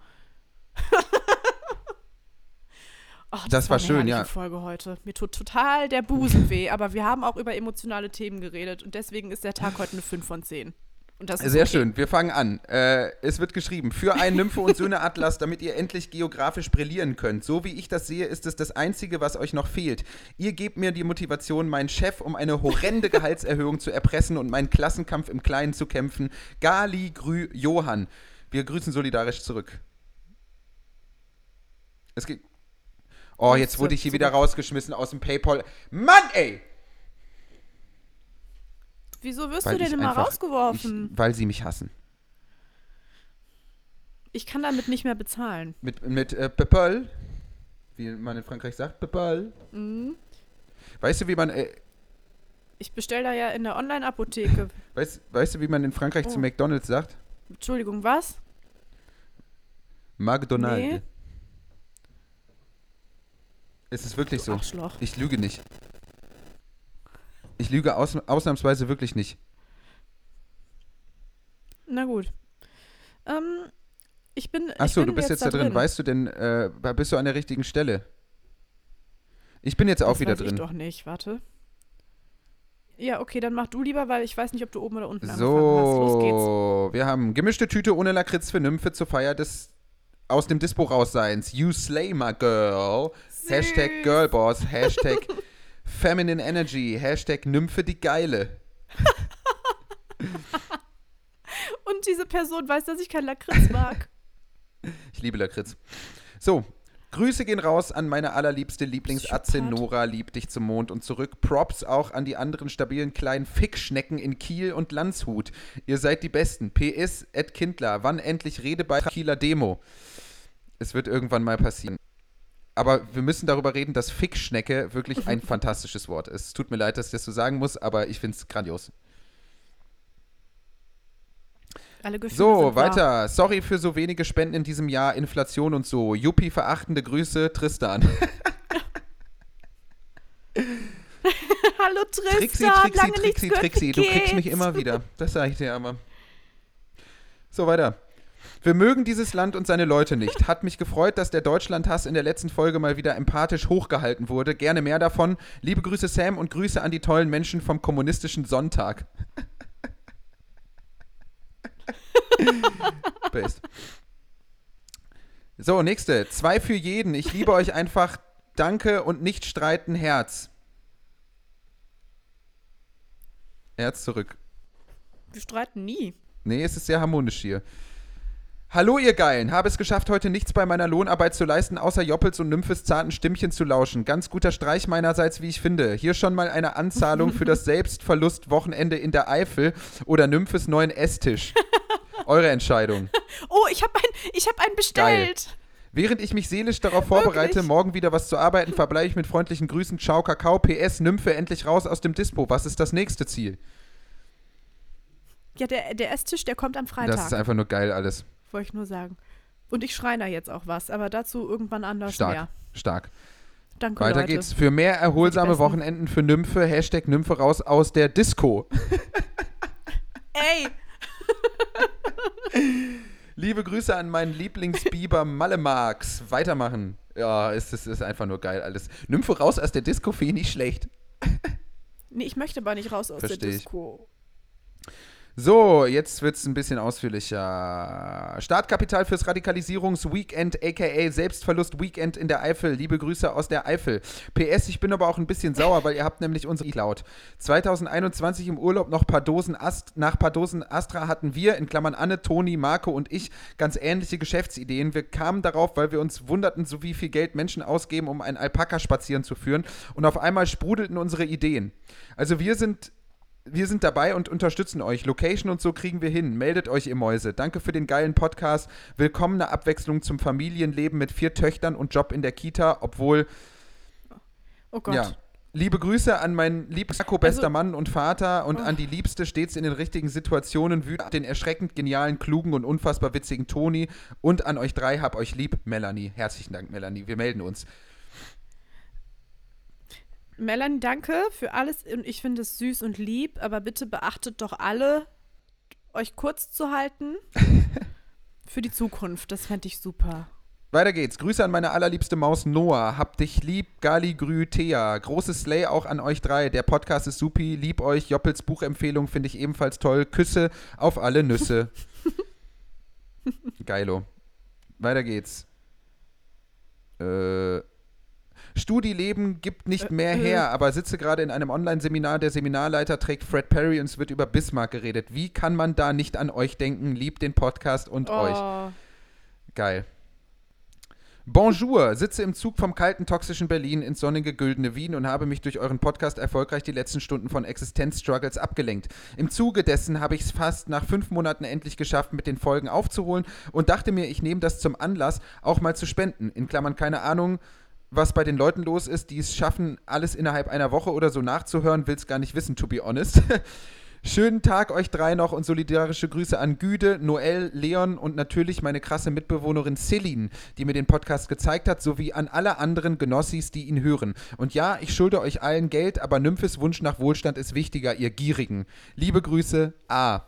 Ach, Das war eine schön, herrliche ja. Folge heute. Mir tut total der Busen weh, aber wir haben auch über emotionale Themen geredet und deswegen ist der Tag heute eine fünf von zehn. Und das ist Sehr okay. schön, wir fangen an. Äh, es wird geschrieben, für ein Nymphe- und Söhne-Atlas, damit ihr endlich geografisch brillieren könnt. So wie ich das sehe, ist es das Einzige, was euch noch fehlt. Ihr gebt mir die Motivation, meinen Chef um eine horrende Gehaltserhöhung zu erpressen und meinen Klassenkampf im Kleinen zu kämpfen. Gali Grü Johann. Wir grüßen solidarisch zurück. Es geht. Oh, jetzt wurde ich hier wieder rausgeschmissen aus dem PayPal. Mann, ey! Wieso wirst Weil du denn ich immer einfach- rausgeworfen? Ich, weil sie mich hassen. Ich kann damit nicht mehr bezahlen. Mit, mit äh, PayPal, wie man in Frankreich sagt, PayPal. Mhm. Weißt du, wie man, äh, Ich bestelle da ja in der Online-Apotheke. weißt, weißt du, wie man in Frankreich Oh. zu McDonald's sagt? Entschuldigung, was? McDonald's. Nee. Es ist wirklich so. Arschloch. Ich lüge nicht. Ich lüge aus, ausnahmsweise wirklich nicht. Na gut. Ähm, ich bin. ich Achso, bin du bist jetzt da drin. drin. Weißt du denn, äh, bist du an der richtigen Stelle? Ich bin jetzt auch das wieder weiß drin. Ich doch nicht, warte. Ja, okay, dann mach du lieber, weil ich weiß nicht, ob du oben oder unten angefangen hast. Los geht's. So, wir haben gemischte Tüte ohne Lakritz für Nymphe zur Feier des aus dem Dispo rausseins. You slay my girl. Süß. Hashtag Girlboss. Hashtag Feminine Energy. Hashtag Nymphe die Geile. Und diese Person weiß, dass ich kein Lakritz mag. Ich liebe Lakritz. So, Grüße gehen raus an meine allerliebste Lieblingsatze Psychopath. Nora, lieb dich zum Mond und zurück. Props auch an die anderen stabilen kleinen Fickschnecken in Kiel und Landshut. Ihr seid die Besten. P S, Ed Kindler, wann endlich Redebeitrag Kieler Demo? Es wird irgendwann mal passieren. Aber wir müssen darüber reden, dass Fickschnecke wirklich ein fantastisches Wort ist. Es tut mir leid, dass ich das so sagen muss, aber ich finde es grandios. Alle Gefühle So, sind wahr. weiter. Sorry für so wenige Spenden in diesem Jahr, Inflation und so. Yuppie, verachtende Grüße, Tristan. Hallo Tristan, Trixi, Trixi, lange Trixi, nichts gehört. Trixi, Wie du kriegst mich geht's? immer wieder. Das sage ich dir aber. So, weiter. Wir mögen dieses Land und seine Leute nicht. Hat mich gefreut, dass der Deutschlandhass in der letzten Folge mal wieder empathisch hochgehalten wurde. Gerne mehr davon. Liebe Grüße Sam und Grüße an die tollen Menschen vom kommunistischen Sonntag. Best. So, nächste. Zwei für jeden. Ich liebe euch einfach. Danke und nicht streiten, Herz. Herz zurück. Wir streiten nie. Nee, es ist sehr harmonisch hier. Hallo ihr Geilen, habe es geschafft, heute nichts bei meiner Lohnarbeit zu leisten, außer Joppels und Nymphes zarten Stimmchen zu lauschen. Ganz guter Streich meinerseits, wie ich finde. Hier schon mal eine Anzahlung für das Selbstverlust-Wochenende in der Eifel oder Nymphes neuen Esstisch. Eure Entscheidung. Oh, ich habe ein, ich hab einen bestellt. Während ich mich seelisch darauf vorbereite, Wirklich? morgen wieder was zu arbeiten, verbleibe ich mit freundlichen Grüßen. Ciao, Kakao, P S, Nymphe, endlich raus aus dem Dispo. Was ist das nächste Ziel? Ja, der, der Esstisch, der kommt am Freitag. Das ist einfach nur geil alles. Wollte ich nur sagen. Und ich schreine jetzt auch was, aber dazu irgendwann anders Stark, mehr. stark. Danke, Weiter Leute. geht's. Für mehr erholsame besten. Wochenenden für Nymphe, Hashtag Nymphe raus aus der Disco. Ey, Liebe Grüße an meinen Lieblingsbiber Mallemarx. Weitermachen. Ja, es ist, ist einfach nur geil alles. Nymphe raus aus der Disco, finde ich nicht schlecht. nee, ich möchte aber nicht raus aus Versteh der ich. Disco. So, jetzt wird's ein bisschen ausführlicher. Startkapital fürs Radikalisierungs-Weekend, aka Selbstverlust-Weekend in der Eifel. Liebe Grüße aus der Eifel. P S, ich bin aber auch ein bisschen sauer, weil ihr habt nämlich unsere laut. zwanzig einundzwanzig im Urlaub noch paar Dosen Ast, nach paar Dosen Astra hatten wir, in Klammern Anne, Toni, Marco und ich, ganz ähnliche Geschäftsideen. Wir kamen darauf, weil wir uns wunderten, so wie viel Geld Menschen ausgeben, um einen Alpaka spazieren zu führen. Und auf einmal sprudelten unsere Ideen. Also wir sind... Wir sind dabei und unterstützen euch. Location und so kriegen wir hin. Meldet euch, ihr Mäuse. Danke für den geilen Podcast. Willkommene Abwechslung zum Familienleben mit vier Töchtern und Job in der Kita, obwohl, Oh Gott. ja. Liebe Grüße an meinen lieben Akku, bester Also- Mann und Vater und Oh. an die Liebste stets in den richtigen Situationen, wütend, den erschreckend genialen, klugen und unfassbar witzigen Toni und an euch drei, hab euch lieb, Melanie. Herzlichen Dank, Melanie. Wir melden uns. Melanie, danke für alles und ich finde es süß und lieb, aber bitte beachtet doch alle, euch kurz zu halten für die Zukunft. Das fände ich super. Weiter geht's. Grüße an meine allerliebste Maus Noah. Hab dich lieb, Gali Grü Thea. Großes Slay auch an euch drei. Der Podcast ist supi. Lieb euch. Joppels Buchempfehlung finde ich ebenfalls toll. Küsse auf alle Nüsse. Geilo. Weiter geht's. Äh... Studi-Leben gibt nicht mehr her, aber sitze gerade in einem Online-Seminar. Der Seminarleiter trägt Fred Perry und es wird über Bismarck geredet. Wie kann man da nicht an euch denken? Liebt den Podcast und Oh. euch. Geil. Bonjour, sitze im Zug vom kalten, toxischen Berlin ins sonnige, güldene Wien und habe mich durch euren Podcast erfolgreich die letzten Stunden von Existenzstruggles abgelenkt. Im Zuge dessen habe ich es fast nach fünf Monaten endlich geschafft, mit den Folgen aufzuholen und dachte mir, ich nehme das zum Anlass, auch mal zu spenden. In Klammern, keine Ahnung, was bei den Leuten los ist, die es schaffen, alles innerhalb einer Woche oder so nachzuhören, will es gar nicht wissen, to be honest. Schönen Tag euch drei noch und solidarische Grüße an Güde, Noel, Leon und natürlich meine krasse Mitbewohnerin Celine, die mir den Podcast gezeigt hat, sowie an alle anderen Genossis, die ihn hören. Und ja, ich schulde euch allen Geld, aber Nymphes Wunsch nach Wohlstand ist wichtiger, ihr Gierigen. Liebe Grüße, A.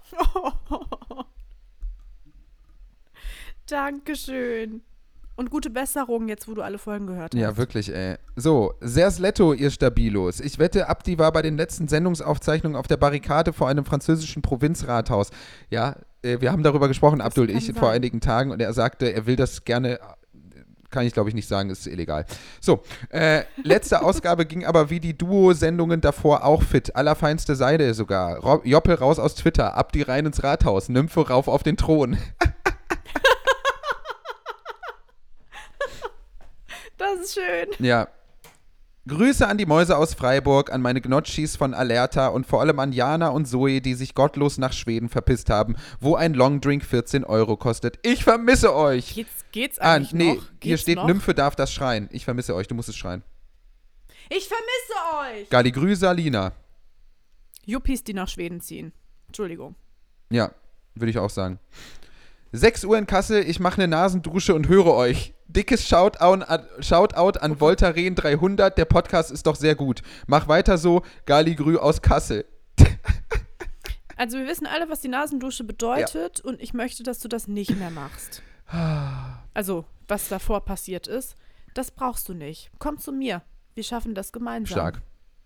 Dankeschön. Und gute Besserung jetzt, wo du alle Folgen gehört hast. Ja, wirklich, ey. So, Sersletto, ihr Stabilos. Ich wette, Abdi war bei den letzten Sendungsaufzeichnungen auf der Barrikade vor einem französischen Provinzrathaus. Ja, äh, wir haben darüber gesprochen, Das Abdul und kann ich, sein. vor einigen Tagen. Und er sagte, er will das gerne, kann ich glaube ich nicht sagen, ist illegal. So, äh, letzte Ausgabe ging aber wie die Duo-Sendungen davor auch fit. Allerfeinste Seide sogar. Ro- Joppel raus aus Twitter, Abdi rein ins Rathaus, Nymphe rauf auf den Thron. Das ist schön. Ja. Grüße an die Mäuse aus Freiburg, an meine Gnocchis von Alerta und vor allem an Jana und Zoe, die sich gottlos nach Schweden verpisst haben, wo ein Longdrink vierzehn Euro kostet. Ich vermisse euch! Geht's, geht's Ah, eigentlich nee, noch? hier Geht's steht, noch? Nymphe darf das schreien. Ich vermisse euch, du musst es schreien. Ich vermisse euch. Gali Grüße, Alina. Yuppies, die nach Schweden ziehen. Entschuldigung. Ja, würde ich auch sagen. sechs Uhr in Kassel, ich mache eine Nasendusche und höre euch. Dickes Shoutout an, Shoutout an Voltaren dreihundert, der Podcast ist doch sehr gut. Mach weiter so, Gali Grü aus Kassel. Also wir wissen alle, was die Nasendusche bedeutet und ich möchte, dass du das nicht mehr machst. Also, was davor passiert ist, das brauchst du nicht. Komm zu mir. Wir schaffen das gemeinsam. Stark.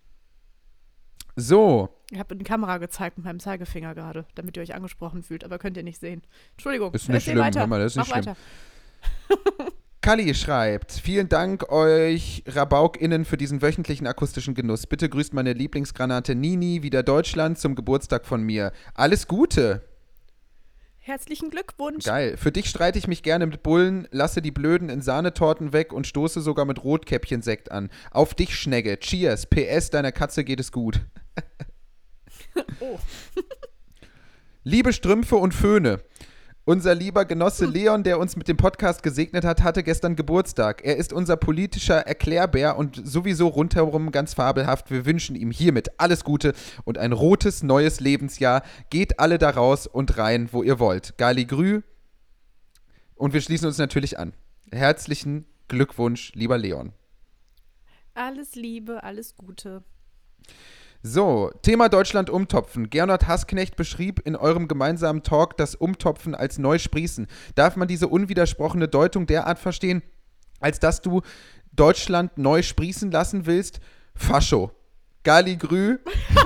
So, Ich habe in die Kamera gezeigt mit meinem Zeigefinger gerade, damit ihr euch angesprochen fühlt, aber könnt ihr nicht sehen. Entschuldigung. Ist nicht erzähl schlimm, weiter. hör mal, das ist nicht Mach schlimm. weiter. Kalli schreibt, vielen Dank euch RabaukInnen für diesen wöchentlichen akustischen Genuss. Bitte grüßt meine Lieblingsgranate Nini, wieder Deutschland, zum Geburtstag von mir. Alles Gute! Herzlichen Glückwunsch. Geil. Für dich streite ich mich gerne mit Bullen, lasse die Blöden in Sahnetorten weg und stoße sogar mit Rotkäppchensekt an. Auf dich, Schnegge. Cheers. P S, deiner Katze geht es gut. Oh. Liebe Strümpfe und Föhne. Unser lieber Genosse Leon, der uns mit dem Podcast gesegnet hat, hatte gestern Geburtstag. Er ist unser politischer Erklärbär und sowieso rundherum ganz fabelhaft. Wir wünschen ihm hiermit alles Gute und ein rotes neues Lebensjahr. Geht alle da raus und rein, wo ihr wollt. Gali Grü. Und wir schließen uns natürlich an. Herzlichen Glückwunsch, lieber Leon. Alles Liebe, alles Gute. So, Thema Deutschland umtopfen. Gernot Hassknecht beschrieb in eurem gemeinsamen Talk das Umtopfen als Neusprießen. Darf man diese unwidersprochene Deutung derart verstehen, als dass du Deutschland neu sprießen lassen willst? Fascho. Gali Grü.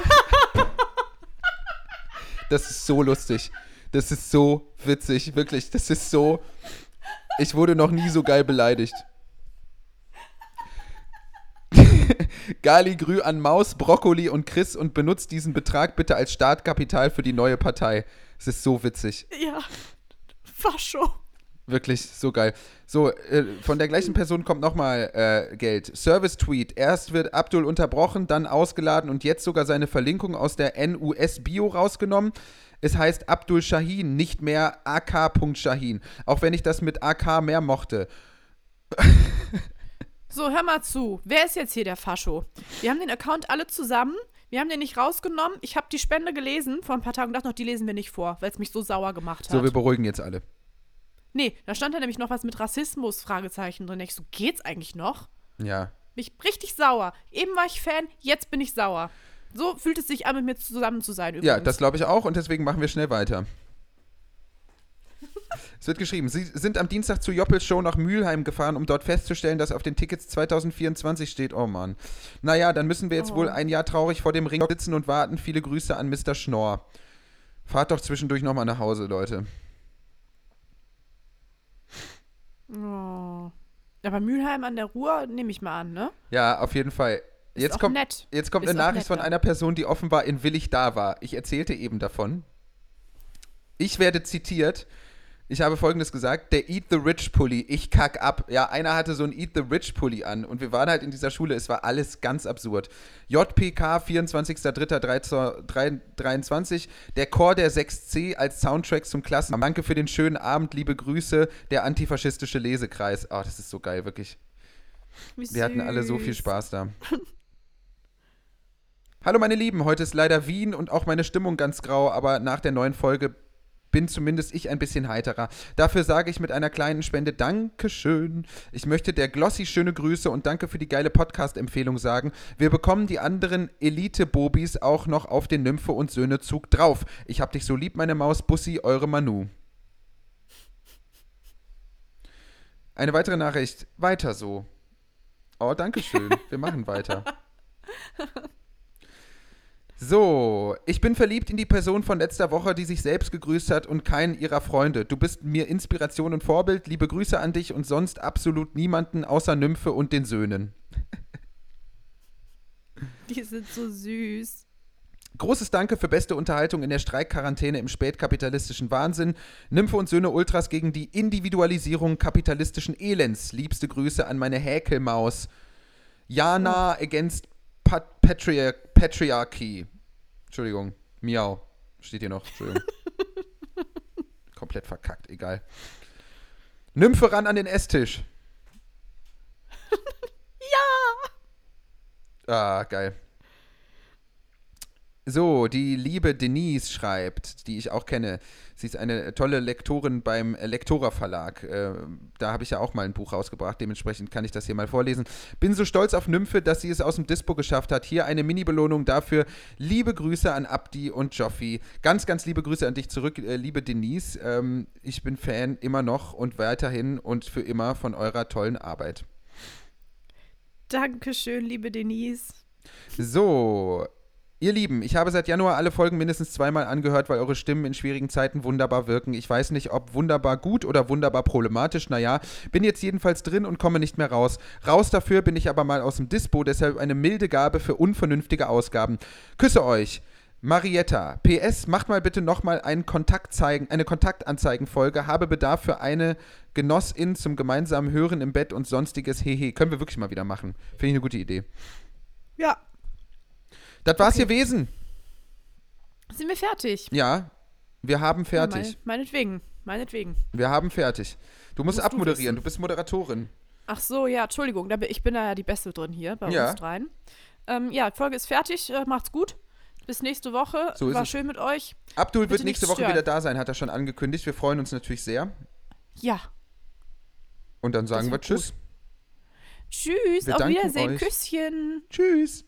Das ist so lustig. Das ist so witzig. Wirklich, das ist so... Ich wurde noch nie so geil beleidigt. Gali Grü an Maus, Brokkoli und Chris und benutzt diesen Betrag bitte als Startkapital für die neue Partei. Es ist so witzig. Ja, Fascho. Wirklich so geil. So, äh, von der gleichen Person kommt nochmal äh, Geld. Service-Tweet. Erst wird Abdul unterbrochen, dann ausgeladen und jetzt sogar seine Verlinkung aus der N U S-Bio rausgenommen. Es heißt Abdul Shahin, nicht mehr A K Shahin. Auch wenn ich das mit A K mehr mochte. So, hör mal zu. Wer ist jetzt hier der Fascho? Wir haben den Account alle zusammen. Wir haben den nicht rausgenommen. Ich habe die Spende gelesen vor ein paar Tagen und dachte noch, die lesen wir nicht vor, weil es mich so sauer gemacht hat. So, wir beruhigen jetzt alle. Nee, da stand da nämlich noch was mit Rassismus, Fragezeichen drin. Ich so, geht's eigentlich noch? Ja. Mich richtig sauer. Eben war ich Fan, jetzt bin ich sauer. So fühlt es sich an, mit mir zusammen zu sein übrigens. Ja, das glaube ich auch und deswegen machen wir schnell weiter. Es wird geschrieben, Sie sind am Dienstag zu Joppels Show nach Mülheim gefahren, um dort festzustellen, dass auf den Tickets zwanzig vierundzwanzig steht. Oh Mann. Naja, dann müssen wir jetzt Oh. wohl ein Jahr traurig vor dem Ring sitzen und warten. Viele Grüße an Mister Schnorr. Fahrt doch zwischendurch nochmal nach Hause, Leute. Oh. Aber Mülheim an der Ruhr nehme ich mal an, ne? Ja, auf jeden Fall. Ist Jetzt auch kommt, nett. jetzt kommt Ist eine auch Nachricht nett von da. einer Person, die offenbar in Willig da war. Ich erzählte eben davon. Ich werde zitiert. Ich habe Folgendes gesagt: Der Eat the Rich Pulli, ich kack ab. Ja, einer hatte so einen Eat the Rich Pulli an und wir waren halt in dieser Schule. Es war alles ganz absurd. J P K, vierundzwanzigster dritter dreiundzwanzig, der Chor der sechs C als Soundtrack zum Klassen. Danke für den schönen Abend, liebe Grüße, der antifaschistische Lesekreis. Oh, das ist so geil, wirklich. Wie Wir hatten alle so viel süß. Spaß da. Hallo meine Lieben, heute ist leider Wien und auch meine Stimmung ganz grau, aber nach der neuen Folge bin zumindest ich ein bisschen heiterer. Dafür sage ich mit einer kleinen Spende Dankeschön. Ich möchte der Glossy schöne Grüße und danke für die geile Podcast-Empfehlung sagen. Wir bekommen die anderen Elite-Bobis auch noch auf den Nymphe- und Söhne-Zug drauf. Ich hab dich so lieb, meine Maus, Bussi, eure Manu. Eine weitere Nachricht. Weiter so. Oh, Dankeschön. Wir machen weiter. So, ich bin verliebt in die Person von letzter Woche, die sich selbst gegrüßt hat und keinen ihrer Freunde. Du bist mir Inspiration und Vorbild. Liebe Grüße an dich und sonst absolut niemanden außer Nymphe und den Söhnen. Die sind so süß. Großes Danke für beste Unterhaltung in der Streikquarantäne im spätkapitalistischen Wahnsinn. Nymphe und Söhne Ultras gegen die Individualisierung kapitalistischen Elends. Liebste Grüße an meine Häkelmaus. Jana against Pat Patriar Patriarchy. Entschuldigung. Miau. Steht hier noch. Entschuldigung. Komplett verkackt. Egal. Nymphe ran an den Esstisch. Ja. Ah, geil. So, die liebe Denise schreibt, die ich auch kenne. Sie ist eine tolle Lektorin beim Lektora Verlag. Äh, da habe ich ja auch mal ein Buch rausgebracht. Dementsprechend kann ich das hier mal vorlesen. Bin so stolz auf Nymphe, dass sie es aus dem Dispo geschafft hat. Hier eine Mini-Belohnung dafür. Liebe Grüße an Abdi und Joffi. Ganz, ganz liebe Grüße an dich zurück, äh, liebe Denise. Ähm, ich bin Fan immer noch und weiterhin und für immer von eurer tollen Arbeit. Dankeschön, liebe Denise. So, ihr Lieben, ich habe seit Januar alle Folgen mindestens zweimal angehört, weil eure Stimmen in schwierigen Zeiten wunderbar wirken. Ich weiß nicht, ob wunderbar gut oder wunderbar problematisch. Naja, bin jetzt jedenfalls drin und komme nicht mehr raus. Raus dafür bin ich aber mal aus dem Dispo, deshalb eine milde Gabe für unvernünftige Ausgaben. Küsse euch. Marietta, P S, macht mal bitte nochmal einen Kontakt zeigen, eine Kontaktanzeigenfolge, habe Bedarf für eine Genossin zum gemeinsamen Hören im Bett und sonstiges Hehe. Können wir wirklich mal wieder machen. Finde ich eine gute Idee. Ja, Das war's Okay. gewesen. sind wir fertig? Ja, wir haben fertig. Ja, mein, meinetwegen, meinetwegen. Wir haben fertig. Du musst Musst du abmoderieren, wissen. du bist Moderatorin. Ach so, ja, Entschuldigung, da bin, ich bin da ja die Beste drin hier bei Ja. uns dreien. Ähm, ja, Folge ist fertig, äh, macht's gut. Bis nächste Woche. So ist War es. schön mit euch. Abdul Bitte wird nächste nichts Woche stören. wieder da sein, hat er schon angekündigt. Wir freuen uns natürlich sehr. Ja. Und dann sagen wir wird gut. Tschüss. Tschüss, Wir auf danken Wiedersehen, euch. Küsschen. Tschüss.